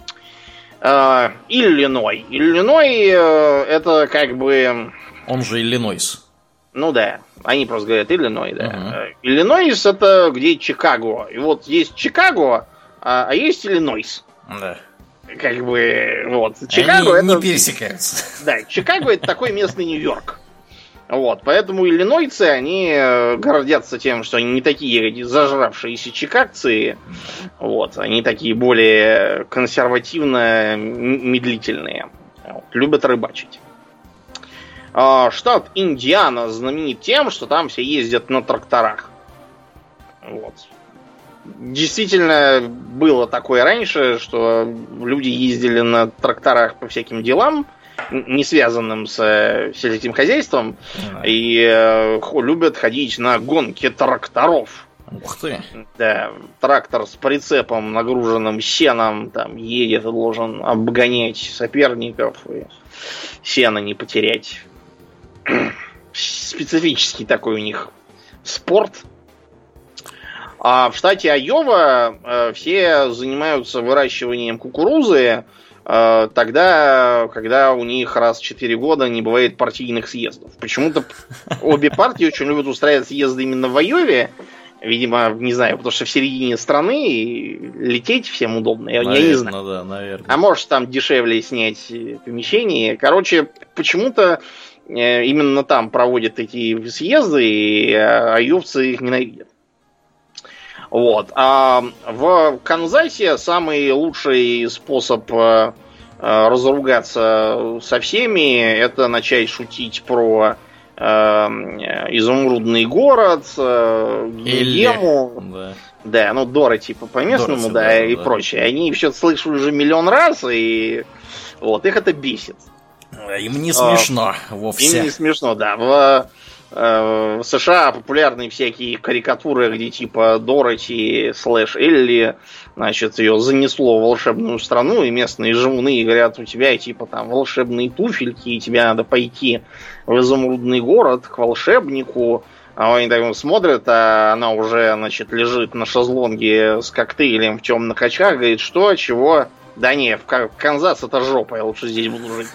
Иллиной. Иллиной это как бы... Он же Иллинойс. Ну да, они просто говорят Иллиной, да. Uh-huh. Иллинойс это где Чикаго. И вот есть Чикаго, а есть Иллинойс. Да. Как бы, вот. Чикаго они это... не пересекаются. Да, Чикаго это такой местный Нью-Йорк. Вот, поэтому иллинойцы, они гордятся тем, что они не такие зажравшиеся чикагцы. Вот, они такие более консервативно-медлительные. Вот, любят рыбачить. Штат Индиана знаменит тем, что там все ездят на тракторах. Вот. Действительно, было такое раньше, что люди ездили на тракторах по всяким делам, не связанным с сельским хозяйством, и любят ходить на гонки тракторов. Ух ты! Да, трактор с прицепом, нагруженным сеном, там едет и должен обгонять соперников и сено не потерять. Специфический такой у них спорт. А в штате Айова все занимаются выращиванием кукурузы тогда, когда у них раз в 4 года не бывает партийных съездов. Почему-то обе партии очень любят устраивать съезды именно в Айове. Видимо, не знаю, потому что в середине страны и лететь всем удобно. Наверное, я не знаю. Да, наверное. А может там дешевле снять помещение. Короче, почему-то именно там проводят эти съезды, и айовцы их ненавидят. Вот. А в Канзасе самый лучший способ разругаться со всеми — это начать шутить про изумрудный город, Гему. Да, ну Дора типа по-местному, Дороти, да, и прочее. Они все слышали уже миллион раз, и вот их это бесит. Им не смешно вовсе. Им не смешно, да. В США популярны всякие карикатуры, где типа Дороти / Элли, значит, ее занесло в волшебную страну, и местные живуны говорят: у тебя типа там волшебные туфельки, и тебе надо пойти в изумрудный город к волшебнику. А они так смотрят, а она уже, значит, лежит на шезлонге с коктейлем в темных очках, говорит: что, чего? Да не, в Канзас это жопа, я лучше здесь буду жить.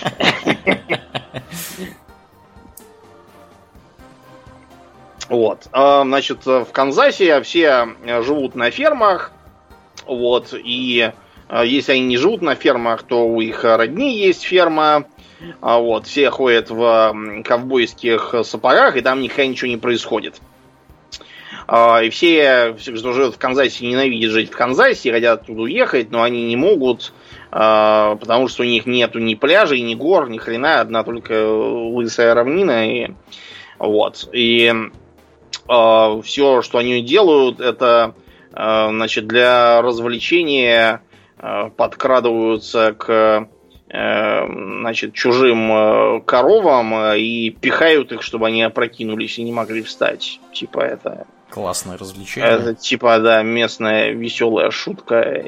Вот. Значит, в Канзасе все живут на фермах. Вот. И если они не живут на фермах, то у их родни есть ферма. Вот. Все ходят в ковбойских сапогах, и там никогда ничего не происходит. И все, кто живет в Канзасе, ненавидят жить в Канзасе, хотят оттуда уехать, но они не могут, потому что у них нету ни пляжей, ни гор, ни хрена, одна только лысая равнина. И, вот. И все, что они делают, это, значит, для развлечения подкрадываются к, значит, чужим коровам и пихают их, чтобы они опрокинулись и не могли встать. Типа это... Классное развлечение. Это типа, да, местная веселая шутка.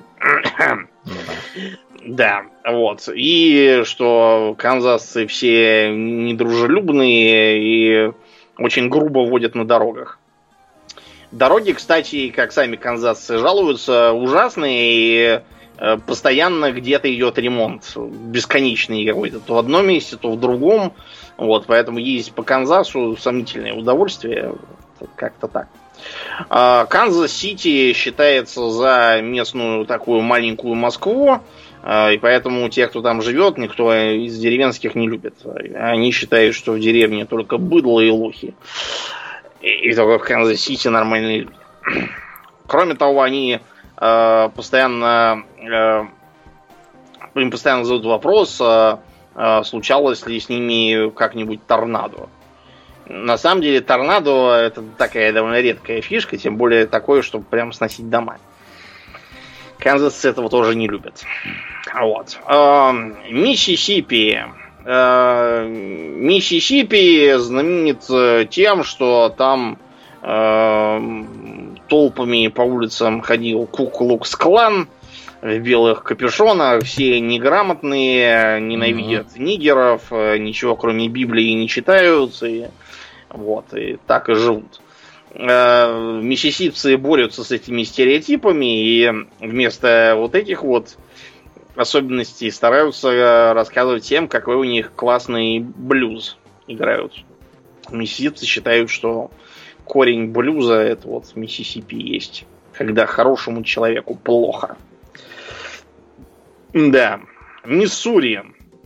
Да, вот. И что канзасцы все недружелюбные и очень грубо водят на дорогах. Дороги, кстати, как сами канзасцы жалуются, ужасные, и постоянно где-то идет ремонт. Бесконечный какой-то. То в одном месте, то в другом. Вот, поэтому ездить по Канзасу сомнительное удовольствие. Как-то так. Канзас-Сити считается за местную такую маленькую Москву. И поэтому те, кто там живет, никто из деревенских не любит. Они считают, что в деревне только быдло и лохи. И только в Канзас-Сити нормальные люди. Кроме того, они постоянно задают вопрос, случалось ли с ними как-нибудь торнадо. На самом деле торнадо это такая довольно редкая фишка, тем более такое, чтобы прям сносить дома. Канзасцы этого тоже не любят. Вот. Миссисипи. Миссисипи знаменит тем, что там толпами по улицам ходил Ку-Клукс-клан в белых капюшонах. Все неграмотные, ненавидят нигеров, ничего кроме Библии не читают. И так и живут. Миссисипцы борются с этими стереотипами и вместо вот этих вот особенностей стараются рассказывать всем, какой у них классный блюз играют. Миссисипцы считают, что корень блюза это вот в Миссисипи есть, когда хорошему человеку плохо. Да. Миссури.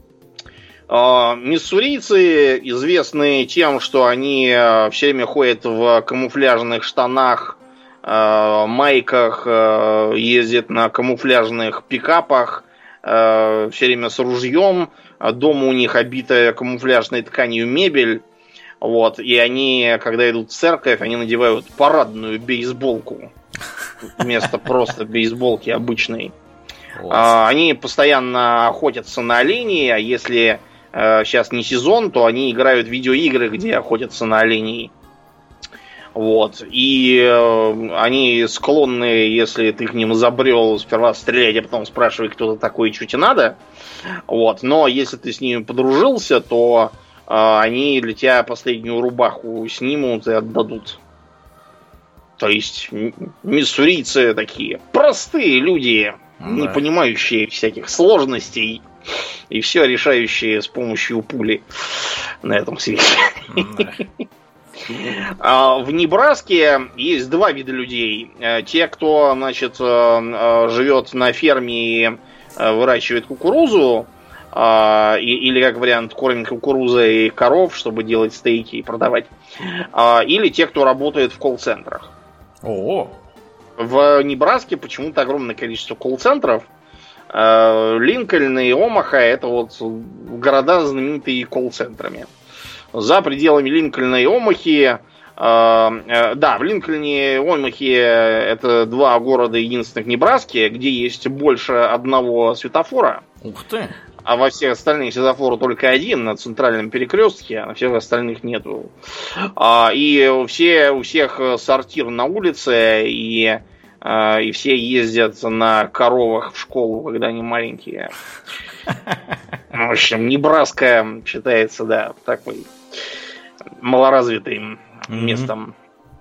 Миссурийцы известны тем, что они все время ходят в камуфляжных штанах, майках, ездят на камуфляжных пикапах, все время с ружьем. Дома у них обитая камуфляжной тканью мебель. Вот. И они, когда идут в церковь, они надевают парадную бейсболку вместо просто бейсболки обычной. Они постоянно охотятся на оленей, а если сейчас не сезон, то они играют в видеоигры, где охотятся на оленей. Вот. И они склонны, если ты к ним забрел, сперва стрелять, а потом спрашивать, кто ты такой и что тебе надо. Вот. Но если ты с ними подружился, то они для тебя последнюю рубаху снимут и отдадут. То есть миссурийцы такие простые люди, не понимающие всяких сложностей и все решающие с помощью пули на этом свете. В Небраске есть два вида людей. Те, кто, значит, живет на ферме и выращивает кукурузу, или, как вариант, кормит кукурузой коров, чтобы делать стейки и продавать. Или те, кто работает в колл-центрах. В Небраске почему-то огромное количество колл-центров. Линкольн и Омаха — это вот города, знаменитые колл-центрами. За пределами Линкольна и Омахи, в Линкольне и Омахе это два города единственных в Небраске, где есть больше одного светофора. Ух ты! А во всех остальных светофор только один на центральном перекрестке, а на всех остальных нету. И у всех сортир на улице, и все ездят на коровах в школу, когда они маленькие. В общем, Небраска считается, да, такой малоразвитым местом.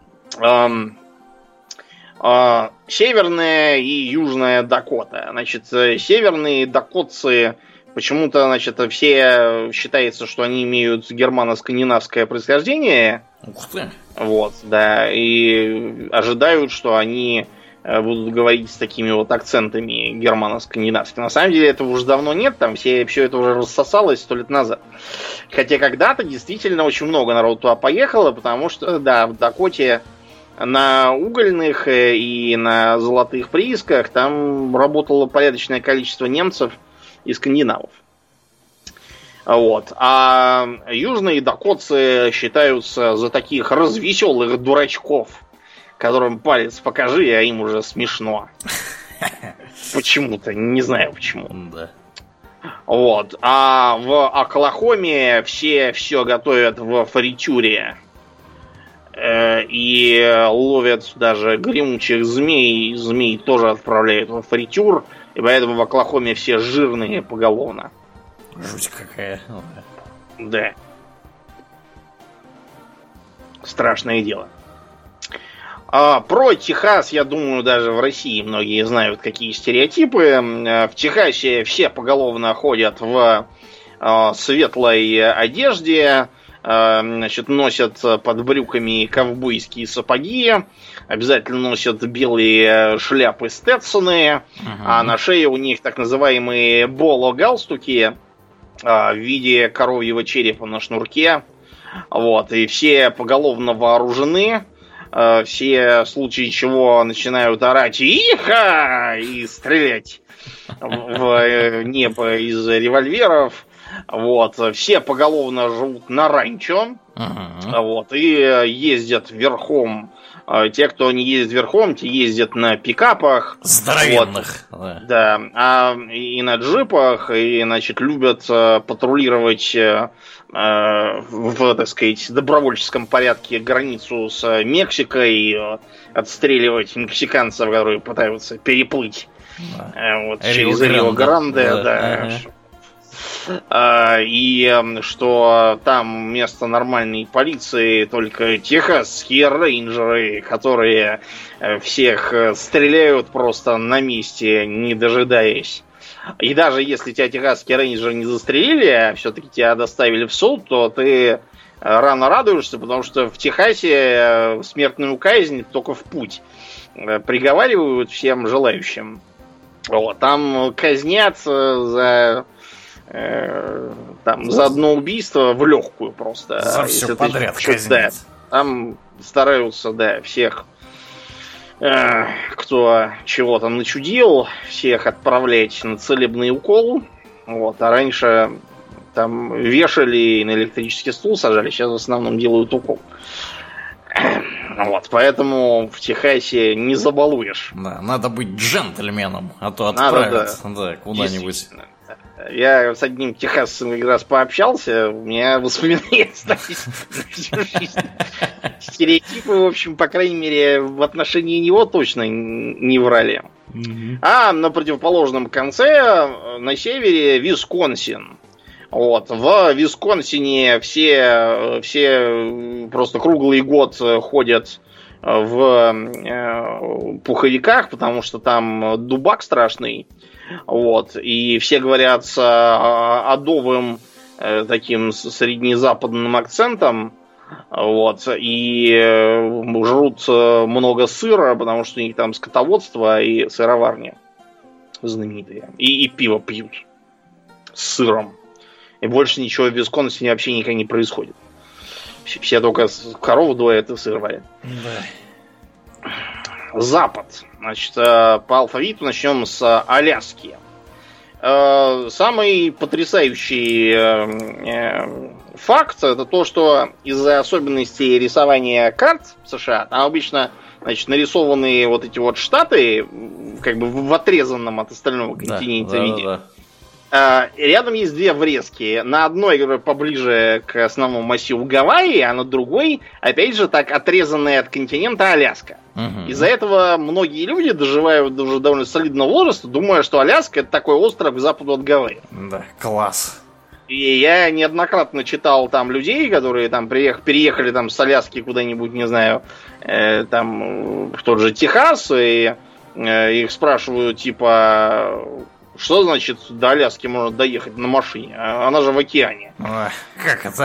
Северная и Южная Дакота. Значит, северные дакотцы почему-то, значит, все считается, что они имеют германо-скандинавское происхождение. Ух ты! Вот, да, и ожидают, что они будут говорить с такими вот акцентами германо-скандинавскими. На самом деле этого уже давно нет, там все это уже рассосалось 100 лет назад. Хотя когда-то действительно очень много народу туда поехало, потому что, да, в Дакоте на угольных и на золотых приисках там работало порядочное количество немцев и скандинавов. Вот. А южные дакотцы считаются за таких развеселых дурачков, которым палец покажи, а им уже смешно. Почему-то, не знаю почему. Да. Вот. А в Оклахоме все готовят в фритюре. И ловят даже гремучих змей. Змей тоже отправляют в фритюр. И поэтому в Оклахоме все жирные поголовно. Жуть какая. Да. Страшное дело. Про Техас, я думаю, даже в России многие знают, какие стереотипы. В Техасе все поголовно ходят в светлой одежде, значит, носят под брюками ковбойские сапоги, обязательно носят белые шляпы Стетсоны, а на шее у них так называемые боло-галстуки в виде коровьего черепа на шнурке. Вот, и все поголовно вооружены. Все в случае чего начинают орать «Иха!» и стрелять в небо из револьверов. Вот. Все поголовно живут на ранчо. Вот. И ездят верхом. Те, кто не ездит верхом, те ездят на пикапах. Здоровенных. Вот. Да. И на джипах. И, значит, любят патрулировать в, так сказать, добровольческом порядке границу с Мексикой, отстреливать мексиканцев, которые пытаются переплыть вот, через Рио-Гранде. И что там вместо нормальной полиции только техасские рейнджеры, которые всех стреляют просто на месте, не дожидаясь. И даже если тебя техасские рейнджеры не застрелили, а все-таки тебя доставили в суд, то ты рано радуешься, потому что в Техасе смертную казнь только в путь приговаривают всем желающим. Вот, там казнят за одно убийство в легкую просто. За все подряд казнят. Там стараются, всех, кто чего там начудил, всех отправлять на целебный укол. Вот, а раньше там вешали и на электрический стул сажали, сейчас в основном делают укол. Вот, поэтому в Техасе не забалуешь. Да, надо быть джентльменом, а то отправят куда-нибудь. Я с одним техасцем как раз пообщался, у меня воспоминания остались на всю жизнь. Стереотипы, в общем, по крайней мере, в отношении него точно не врали. А на противоположном конце, на севере, Висконсин. Вот. В Висконсине все просто круглый год ходят в пуховиках, потому что там дубак страшный. Вот. И все говорят с адовым таким среднезападным акцентом. Вот. И жрут много сыра, потому что у них там скотоводство и сыроварня знаменитые. И пиво пьют с сыром. И больше ничего в Висконсине вообще никогда не происходит. Все только корову доят и сыр варят. Да. Запад. Значит, по алфавиту начнем с Аляски. Самый потрясающий факт — это то, что из-за особенностей рисования карт в США, там обычно, значит, нарисованы вот эти вот штаты как бы в отрезанном от остального континента виде. Да. Рядом есть две врезки. На одной, которая поближе к основному массиву Гавайи, а на другой, опять же, так отрезанная от континента Аляска. Из-за этого многие люди доживают уже довольно солидного возраста, думая, что Аляска — это такой остров к западу от Гавайи. Да, класс. И я неоднократно читал там людей, которые там переехали там с Аляски куда-нибудь, не знаю, там в тот же Техас, и их спрашивают, типа... Что значит до Аляски можно доехать на машине? Она же в океане. Ой, как это?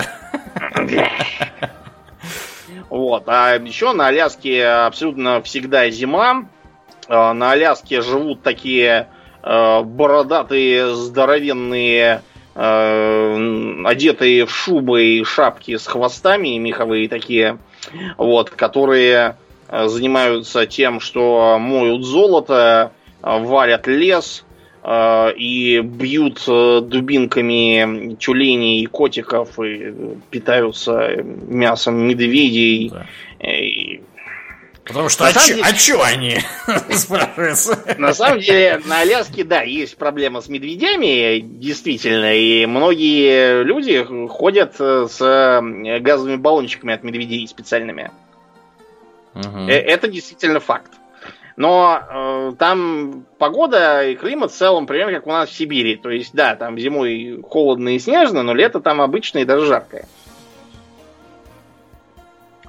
Вот. А еще на Аляске абсолютно всегда зима. На Аляске живут такие бородатые, здоровенные, одетые в шубы и шапки с хвостами, меховые такие, вот, которые занимаются тем, что моют золото, варят лес и бьют дубинками тюленей и котиков, и питаются мясом медведей. Да. Потому что а чё они? Спрашивается. На самом деле, на Аляске, да, есть проблема с медведями, действительно, и многие люди ходят с газовыми баллончиками от медведей специальными. Это действительно факт. Но там погода и климат в целом примерно как у нас в Сибири. То есть, да, там зимой холодно и снежно, но лето там обычное и даже жаркое.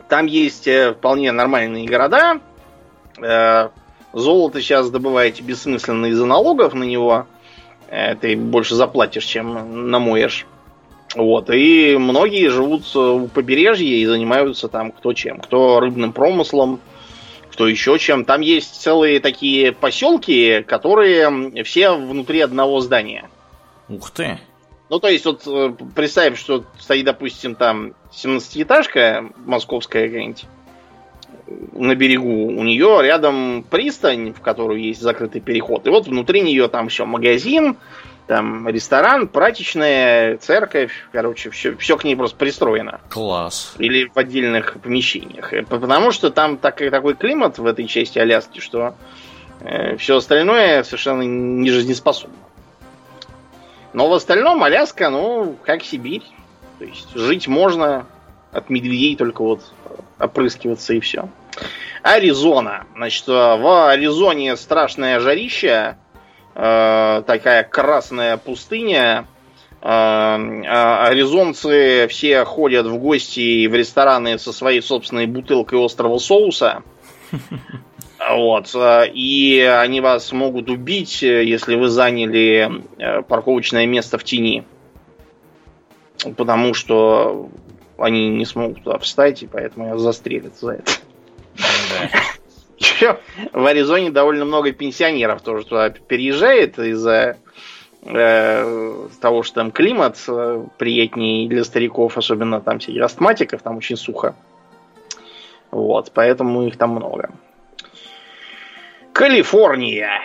Там есть вполне нормальные города. Золото сейчас добываете бессмысленно из-за налогов на него. Ты больше заплатишь, чем намоешь. Вот. И многие живут у побережья и занимаются там кто чем. Кто рыбным промыслом, кто еще чем. Там есть целые такие поселки, которые все внутри одного здания. Ух ты! Ну, то есть, вот представим, что стоит, допустим, там 17-этажка московская какая-нибудь на берегу. У нее рядом пристань, в которую есть закрытый переход. И вот внутри нее там все магазин, там ресторан, прачечная, церковь. Короче, все к ней просто пристроено. Класс. Или в отдельных помещениях. Потому что там такой климат в этой части Аляски, что все остальное совершенно не жизнеспособно. Но в остальном Аляска, ну, как Сибирь. То есть жить можно, от медведей только вот опрыскиваться и все. Аризона. Значит, в Аризоне страшное жарище. Такая красная пустыня. Аризонцы все ходят в гости в рестораны со своей собственной бутылкой острого соуса. Вот. И они вас могут убить, если вы заняли парковочное место в тени. Потому что они не смогут туда встать, и поэтому я застрелят за это. Еще в Аризоне довольно много пенсионеров тоже туда переезжает из-за того, что там климат приятнее для стариков, особенно там всяких астматиков, там очень сухо. Вот, поэтому их там много. Калифорния.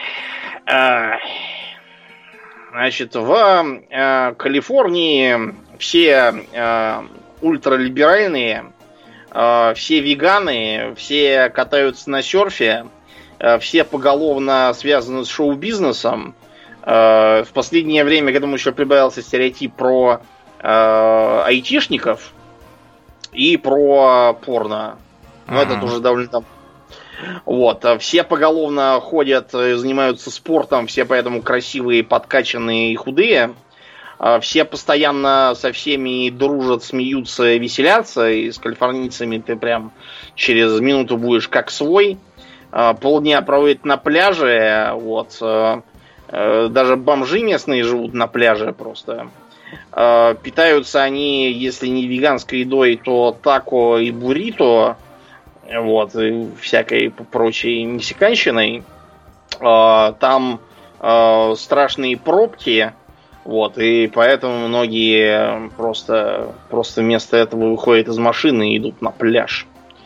Значит, в Калифорнии все ультралиберальные, все веганы, все катаются на серфе, все поголовно связаны с шоу-бизнесом. В последнее время к этому еще прибавился стереотип про айтишников и про порно. Но это тоже довольно там. Вот. Все поголовно ходят, занимаются спортом, все поэтому красивые, подкачанные и худые. Все постоянно со всеми дружат, смеются, веселятся. И с калифорнийцами ты прям через минуту будешь как свой. Полдня проводят на пляже. Вот. Даже бомжи местные живут на пляже просто. Питаются они, если не веганской едой, то тако и буррито. Вот, и всякой прочей мексиканщиной. Там страшные пробки. Вот, и поэтому многие просто вместо этого выходят из машины и идут на пляж.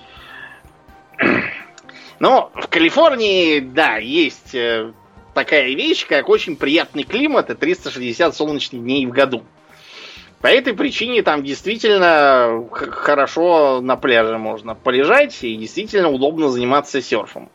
Но в Калифорнии, да, есть такая вещь, как очень приятный климат и 360 солнечных дней в году. По этой причине там действительно хорошо на пляже можно полежать и действительно удобно заниматься серфом.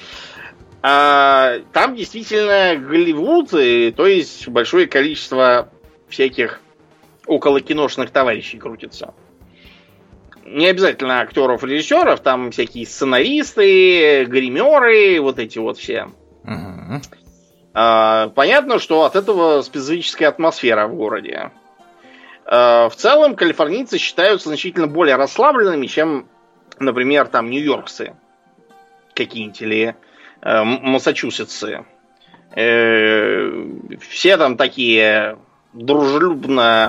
Там действительно Голливуд, то есть большое количество всяких околокиношных товарищей крутится. Не обязательно актеров, режиссеров, там всякие сценаристы, гримеры, вот эти вот все. Понятно, что от этого специфическая атмосфера в городе. В целом, калифорнийцы считаются значительно более расслабленными, чем, например, там нью-йоркцы какие-нибудь или массачусетсы. Все там такие дружелюбно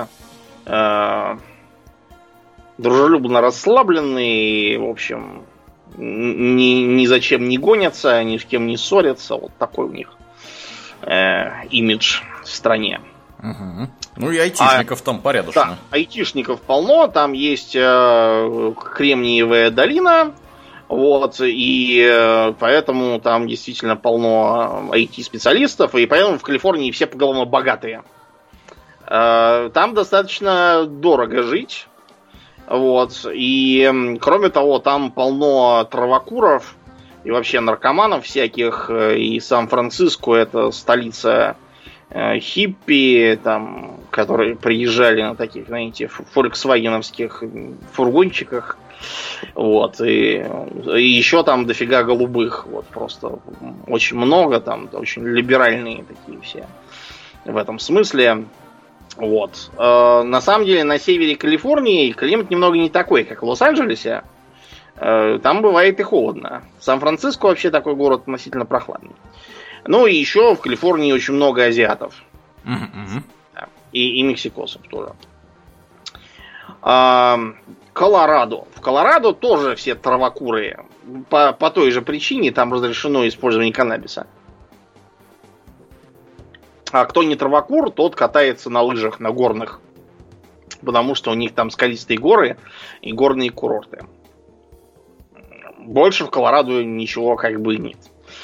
расслабленные, в общем, ни зачем не гонятся, ни с кем не ссорятся. Вот такой у них имидж в стране. Угу. Ну и айтишников там порядочно. Да, айтишников полно, там есть Кремниевая долина, вот, и поэтому там действительно полно IT-специалистов, и поэтому в Калифорнии все поголовно богатые. Там достаточно дорого жить, вот, и кроме того, там полно травокуров и вообще наркоманов всяких, и Сан-Франциско — это столица хиппи, там, которые приезжали на таких, знаете, фольксвагеновских фургончиках. Вот. И еще там дофига голубых. Вот, просто очень много там, очень либеральные такие все в этом смысле. Вот. На самом деле на севере Калифорнии климат немного не такой, как в Лос-Анджелесе. там бывает и холодно. Сан-Франциско вообще такой город относительно прохладный. Ну и еще в Калифорнии очень много азиатов. Да, и мексикосов тоже. Колорадо. В Колорадо тоже все травокурые. По той же причине там разрешено использование каннабиса. А кто не травокур, тот катается на лыжах, на горных. Потому что у них там скалистые горы и горные курорты. Больше в Колорадо ничего как бы нет.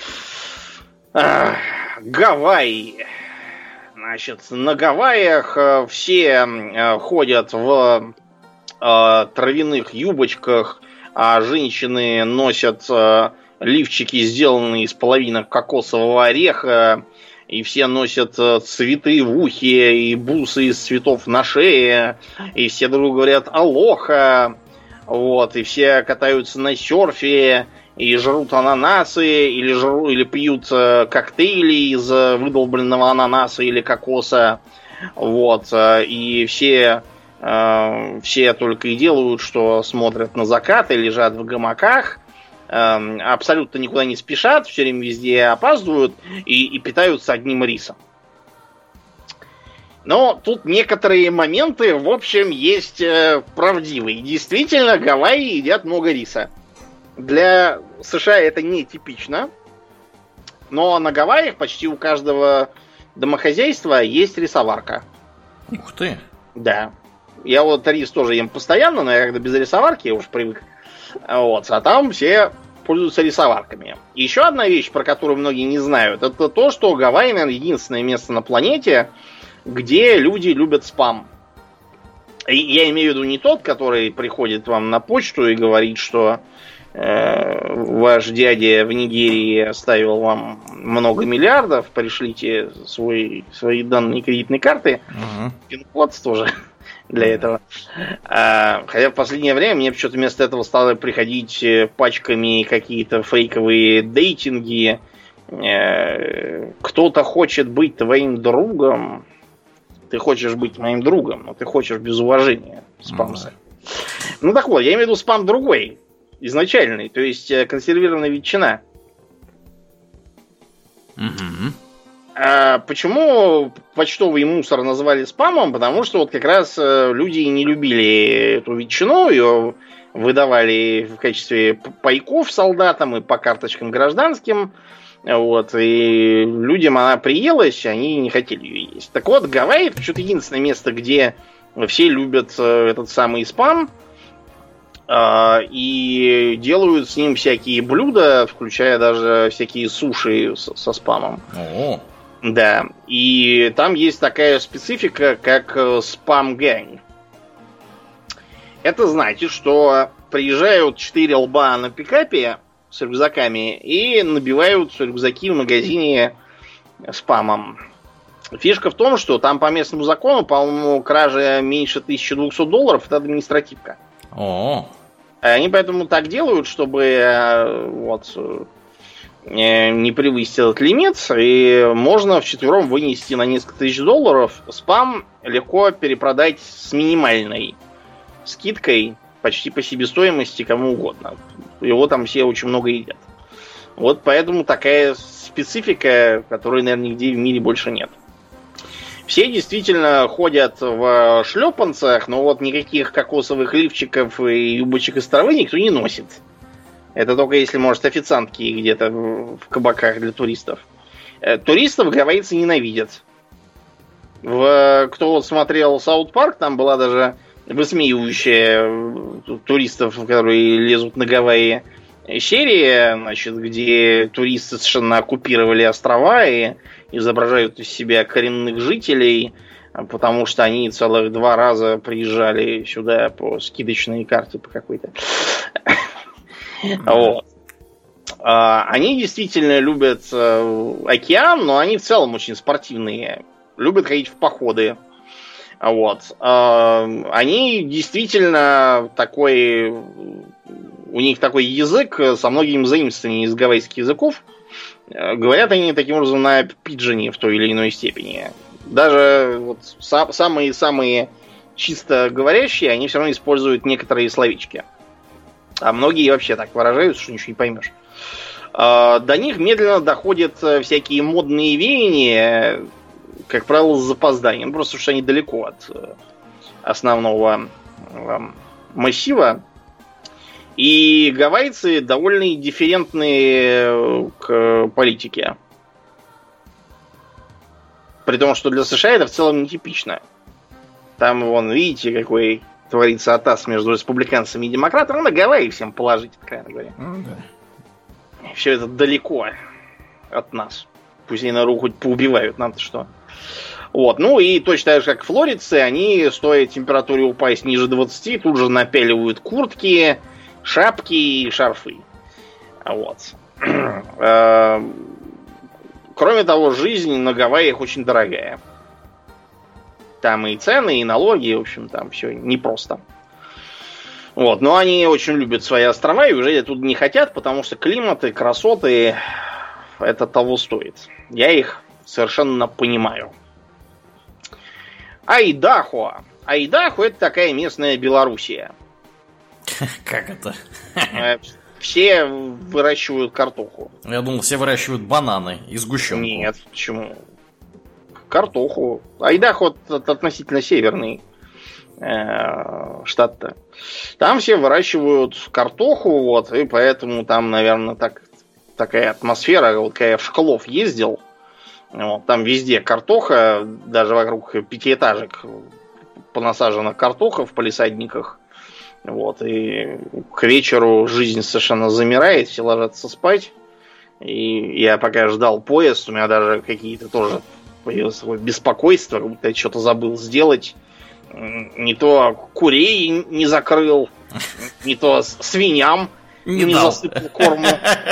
Гавайи. Значит, на Гавайях все ходят в травяных юбочках, а женщины носят лифчики, сделанные из половинок кокосового ореха, и все носят цветы в ухе и бусы из цветов на шее, и все друг говорят «алоха», вот, и все катаются на серфе, и жрут ананасы, или пьют коктейли из выдолбленного ананаса или кокоса, вот, и все только и делают, что смотрят на закаты, лежат в гамаках, абсолютно никуда не спешат, все время везде опаздывают и питаются одним рисом. Но тут некоторые моменты, в общем, есть правдивые. Действительно, Гавайи едят много риса. Для США это не типично, но на Гавайях почти у каждого домохозяйства есть рисоварка. Ух ты! Да. Я вот рис тоже ем постоянно, но я когда без рисоварки, я уж привык. Вот, а там все пользуются рисоварками. Еще одна вещь, про которую многие не знают, это то, что Гавайи, наверное, единственное место на планете, где люди любят спам. И я имею в виду не тот, который приходит вам на почту и говорит, что ваш дядя в Нигерии оставил вам много миллиардов, пришлите свои данные кредитной карты. Пин-код тоже для этого. Хотя в последнее время мне почему-то вместо этого стало приходить пачками какие-то фейковые дейтинги. Кто-то хочет быть твоим другом. Ты хочешь быть моим другом, но ты хочешь без уважения. Спам-сайт. Ну так вот, я имею в виду спам другой. Изначальный, то есть консервированная ветчина. Почему почтовый мусор называли спамом? Потому что вот как раз люди не любили эту ветчину, ее выдавали в качестве пайков солдатам и по карточкам гражданским. Вот, и людям она приелась, они не хотели ее есть. Так вот, Гавайи — почему-то единственное место, где все любят этот самый спам, и делают с ним всякие блюда, включая даже всякие суши со спамом. О. Да, и там есть такая специфика, как спам-гэнг. Это значит, что приезжают 4 лба на пикапе с рюкзаками и набивают рюкзаки в магазине спамом. Фишка в том, что там по местному закону, по-моему, кража меньше $1200 это административка. О. Они поэтому так делают, чтобы вот не превысить этот лимит, и можно вчетвером вынести на несколько тысяч долларов. Спам легко перепродать с минимальной скидкой, почти по себестоимости кому угодно. Его там все очень много едят. Вот поэтому такая специфика, которой, наверное, нигде в мире больше нет. Все действительно ходят в шлепанцах, но вот никаких кокосовых лифчиков и юбочек из травы никто не носит. Это только если, может, официантки где-то в кабаках для туристов. Туристов гавайцы ненавидят. Кто вот смотрел Саут Парк, там была даже высмеивающая туристов, которые лезут на Гавайи, серия, значит, где туристы совершенно оккупировали острова и изображают из себя коренных жителей, потому что они целых 2 раза приезжали сюда по скидочной карте по какой-то. Вот. Они действительно любят океан, но они в целом очень спортивные. Любят ходить в походы. Вот. Они действительно такой... У них такой язык со многими заимствованиями из гавайских языков. Говорят они таким образом на пиджине в той или иной степени. Даже вот самые-самые чисто говорящие, они все равно используют некоторые словечки. А многие вообще так выражаются, что ничего не поймешь. До них медленно доходят всякие модные веяния, как правило, с запозданием. Просто потому что они далеко от основного массива. И гавайцы довольно дифферентные к политике. При том, что для США это в целом нетипично. Там, вон, видите, какой творится атас между республиканцами и демократами. На Гавайи всем положить, откровенно говоря. Да. Все это далеко от нас. Пусть они на руку хоть поубивают, нам-то что. Вот, ну и точно так же, как флоридцы, они, стоя температуре упасть ниже 20, тут же напяливают куртки, шапки и шарфы. Вот. Кроме того, жизнь на Гавайях очень дорогая. Там и цены, и налоги, в общем, там все непросто. Вот, но они очень любят свои острова и уже тут не хотят, потому что климат и красоты это того стоит. Я их совершенно понимаю. Айдахо. Айдахо — это такая местная Белоруссия. Как это? Все выращивают картоху. Я думал, все выращивают бананы и сгущенку. Нет, почему? Картоху. Айдахо относительно северный штат-то. Там все выращивают картоху, вот, и поэтому там, наверное, такая атмосфера. Вот когда я в Шклов ездил, вот, там везде картоха, даже вокруг пятиэтажек понасажена картоха в палисадниках. Вот, и к вечеру жизнь совершенно замирает, все ложатся спать. И я пока ждал поезд, у меня даже какие-то тоже появилось такое беспокойство, как будто я что-то забыл сделать. Не то курей не закрыл, не то свиньям не засыпал корму.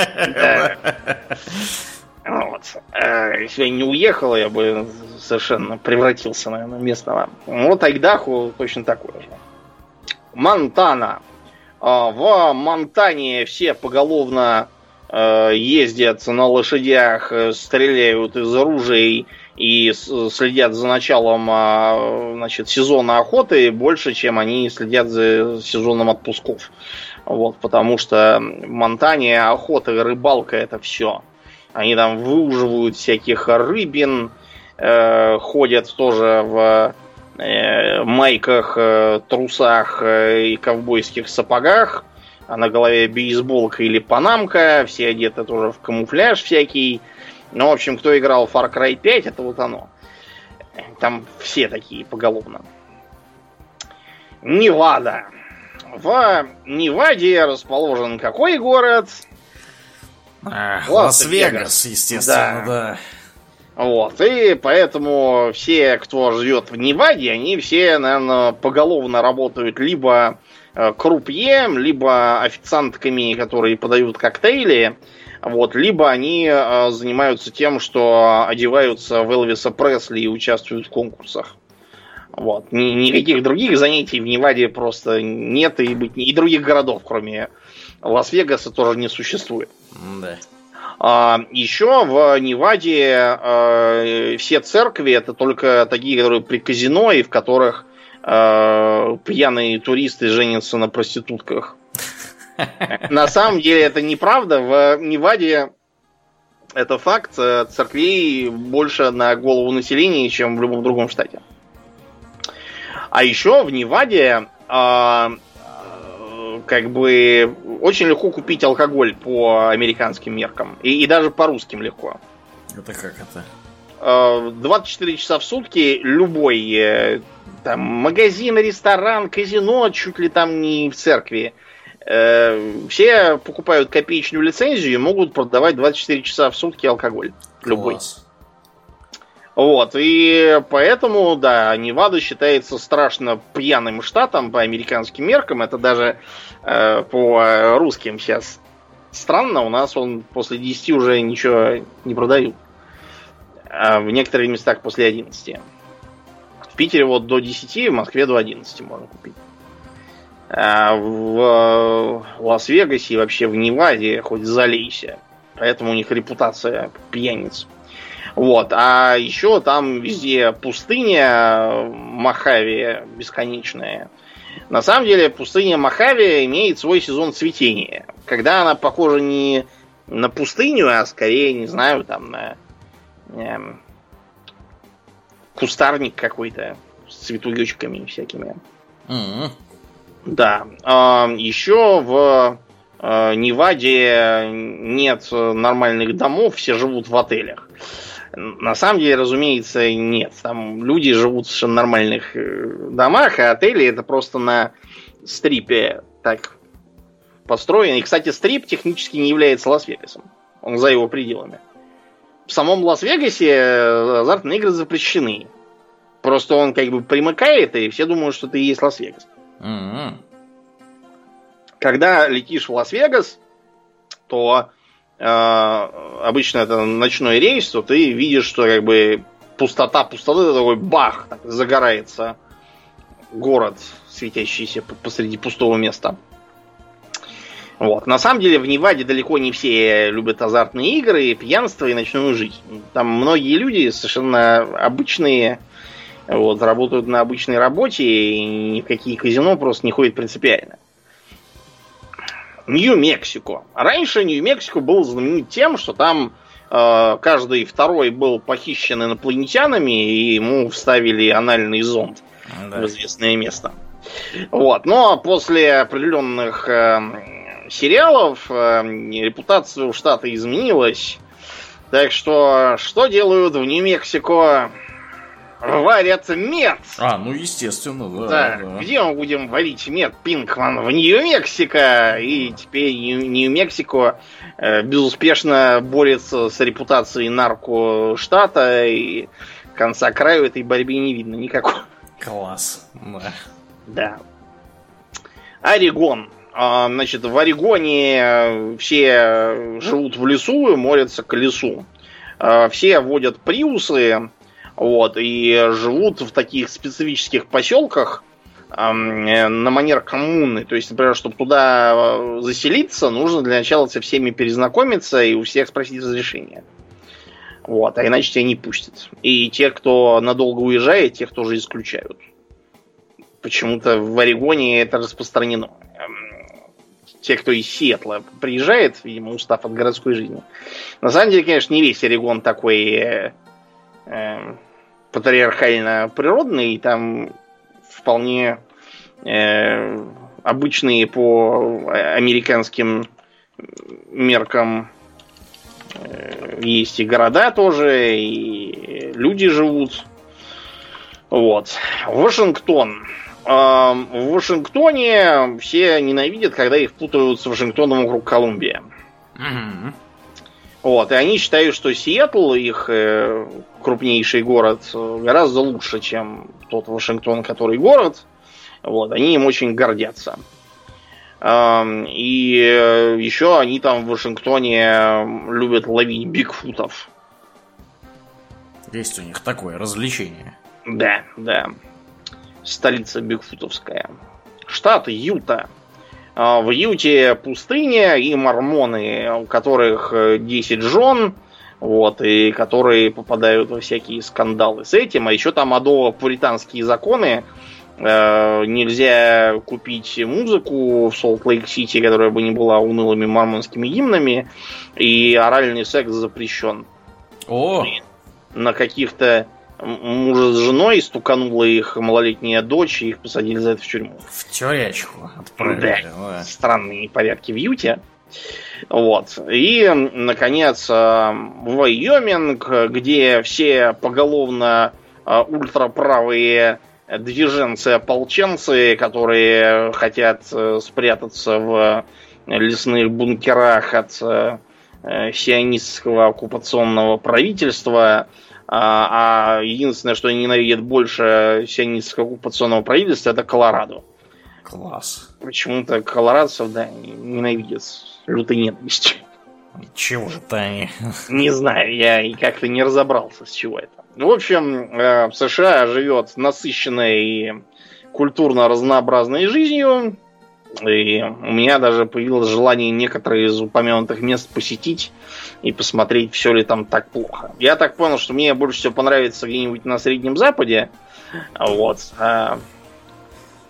Вот. Если я не уехал, я бы совершенно превратился, наверное, в местного. Вот Айдахо точно такое же. Монтана. В Монтане все поголовно ездят на лошадях, стреляют из оружия и следят за началом, значит, сезона охоты больше, чем они следят за сезоном отпусков. Вот, потому что в Монтане охота и рыбалка — это все. Они там выуживают всяких рыбин, ходят тоже в майках, трусах и ковбойских сапогах, а на голове бейсболка или панамка, все одеты тоже в камуфляж всякий. Ну, в общем, кто играл в Far Cry 5, это вот оно. Там все такие поголовно. Невада. В Неваде расположен какой город? Лас-Вегас, естественно, да. Вот, и поэтому все, кто живет в Неваде, они все, наверное, поголовно работают либо крупье, либо официантками, которые подают коктейли, вот, либо они занимаются тем, что одеваются в Элвиса Пресли и участвуют в конкурсах. Вот. Никаких других занятий в Неваде просто нет, и других городов, кроме Лас-Вегаса, тоже не существует. Да. Еще в Неваде все церкви — это только такие, которые при казино и в которых пьяные туристы женятся на проститутках. На самом деле это неправда. В Неваде это факт. Церквей больше на голову населения, чем в любом другом штате. А еще в Неваде как бы очень легко купить алкоголь по американским меркам. И даже по русским легко. Это как это? 24 часа в сутки любой там магазин, ресторан, казино, чуть ли там не в церкви. Все покупают копеечную лицензию и могут продавать 24 часа в сутки алкоголь. Любой. Класс. Вот, и поэтому, да, Невада считается страшно пьяным штатом по американским меркам. Это даже по русским сейчас странно. У нас он после 10 уже ничего не продают. А в некоторых местах после 11. В Питере вот до 10, в Москве до 11 можно купить. А в Лас-Вегасе и вообще в Неваде хоть залейся. Поэтому у них репутация пьяниц. Вот, а еще там везде пустыня, Мохаве бесконечная. На самом деле пустыня Мохаве имеет свой сезон цветения, когда она похожа не на пустыню, а скорее, не знаю, там на кустарник какой-то с цветуёчками всякими. Да. Еще в Неваде нет нормальных домов, все живут в отелях. На самом деле, разумеется, нет. Там люди живут в совершенно нормальных домах, а отели это просто на стрипе так построено. И, кстати, стрип технически не является Лас-Вегасом. Он за его пределами. В самом Лас-Вегасе азартные игры запрещены. Просто он как бы примыкает, и все думают, что это и есть Лас-Вегас. Когда летишь в Лас-Вегас, то обычно это ночной рейс, то ты видишь, что как бы пустота, такой бах, так, загорается город, светящийся посреди пустого места. Вот. На самом деле в Неваде далеко не все любят азартные игры, пьянство и ночную жизнь. Там многие люди совершенно обычные, вот, работают на обычной работе и ни в какие казино просто не ходят принципиально. Нью-Мексико. Раньше Нью-Мексико был знаменит тем, что там каждый второй был похищен инопланетянами, и ему вставили анальный зонд в известное место. Вот. Но после определенных сериалов репутация у штата изменилась. Так что делают в Нью-Мексико? Варят мед. Ну естественно, да. Где мы будем варить мед, Пинкман? В Нью-Мексико. И теперь Нью-Мексико безуспешно борется с репутацией нарко-штата, и конца краю этой борьбе не видно никакого. Класс. Да. Орегон. Значит, в Орегоне все живут в лесу и молятся к лесу. Все водят приусы. Вот, и живут в таких специфических поселках на манер коммуны. То есть, например, чтобы туда заселиться, нужно для начала со всеми перезнакомиться и у всех спросить разрешения. Вот, а иначе тебя не пустят. И те, кто надолго уезжает, тех тоже исключают. Почему-то в Орегоне это распространено. Те, кто из Сиэтла приезжает, видимо, устав от городской жизни. На самом деле, конечно, не весь Орегон такой патриархально-природный, там вполне обычные по американским меркам есть и города тоже, и люди живут. Вот. Вашингтон. В Вашингтоне все ненавидят, когда их путают с Вашингтоном округ Колумбия. Вот, и они считают, что Сиэтл, их крупнейший город, гораздо лучше, чем тот Вашингтон, который город. Вот, они им очень гордятся. И еще они там в Вашингтоне любят ловить бигфутов. Есть у них такое развлечение. Да. Столица бигфутовская. Штат Юта. В Юте пустыня и мормоны, у которых 10 жен, вот, и которые попадают во всякие скандалы с этим. А еще там адово-пуританские законы. Нельзя купить музыку в Солт-Лейк-Сити, которая бы не была унылыми мормонскими гимнами, и оральный секс запрещен. И на каких-то мужа с женой стуканула их малолетняя дочь, и их посадили за это в тюрьму. В тюрячку отправили. Да. Странные порядки в Юте. Вот. И, наконец, Вайоминг, где все поголовно ультраправые движенцы-ополченцы, которые хотят спрятаться в лесных бункерах от сионистского оккупационного правительства. А единственное, что они ненавидят больше сионистского оккупационного правительства, это Колорадо. Класс. Почему-то колорадцев, да, ненавидят с лютой ненавистью. Чего это они? Не знаю, я и как-то не разобрался, с чего это. В общем, в США живет насыщенной и культурно разнообразной жизнью. И у меня даже появилось желание некоторые из упомянутых мест посетить и посмотреть, все ли там так плохо. Я так понял, что мне больше всего понравится где-нибудь на Среднем Западе. Вот.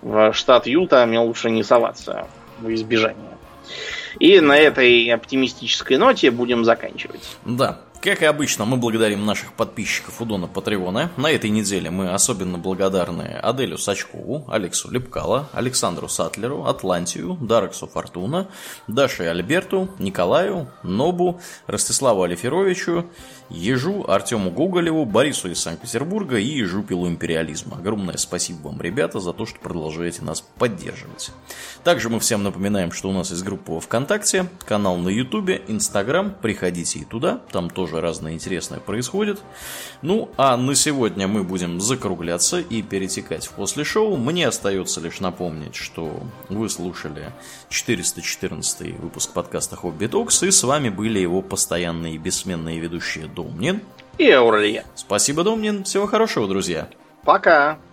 в штат Юта мне лучше не соваться во избежание. И на этой оптимистической ноте будем заканчивать. Да. Как и обычно, мы благодарим наших подписчиков у Дона Патреона. На этой неделе мы особенно благодарны Аделю Сачкову, Алексу Лепкало, Александру Сатлеру, Атлантию, Дарексу Фортуна, Даше Альберту, Николаю, Нобу, Ростиславу Алиферовичу, Ежу, Артему Гоголеву, Борису из Санкт-Петербурга и Ежу Пилу Империализма. Огромное спасибо вам, ребята, за то, что продолжаете нас поддерживать. Также мы всем напоминаем, что у нас есть группа во ВКонтакте, канал на Ютубе, Инстаграм. Приходите и туда, там тоже разное интересное происходит. Ну, а на сегодня мы будем закругляться и перетекать в после шоу. Мне остается лишь напомнить, что вы слушали 414 выпуск подкаста Хобби Токс, и с вами были его постоянные и бессменные ведущие Домнин и Аурелья. Спасибо, Домнин. Всего хорошего, друзья. Пока.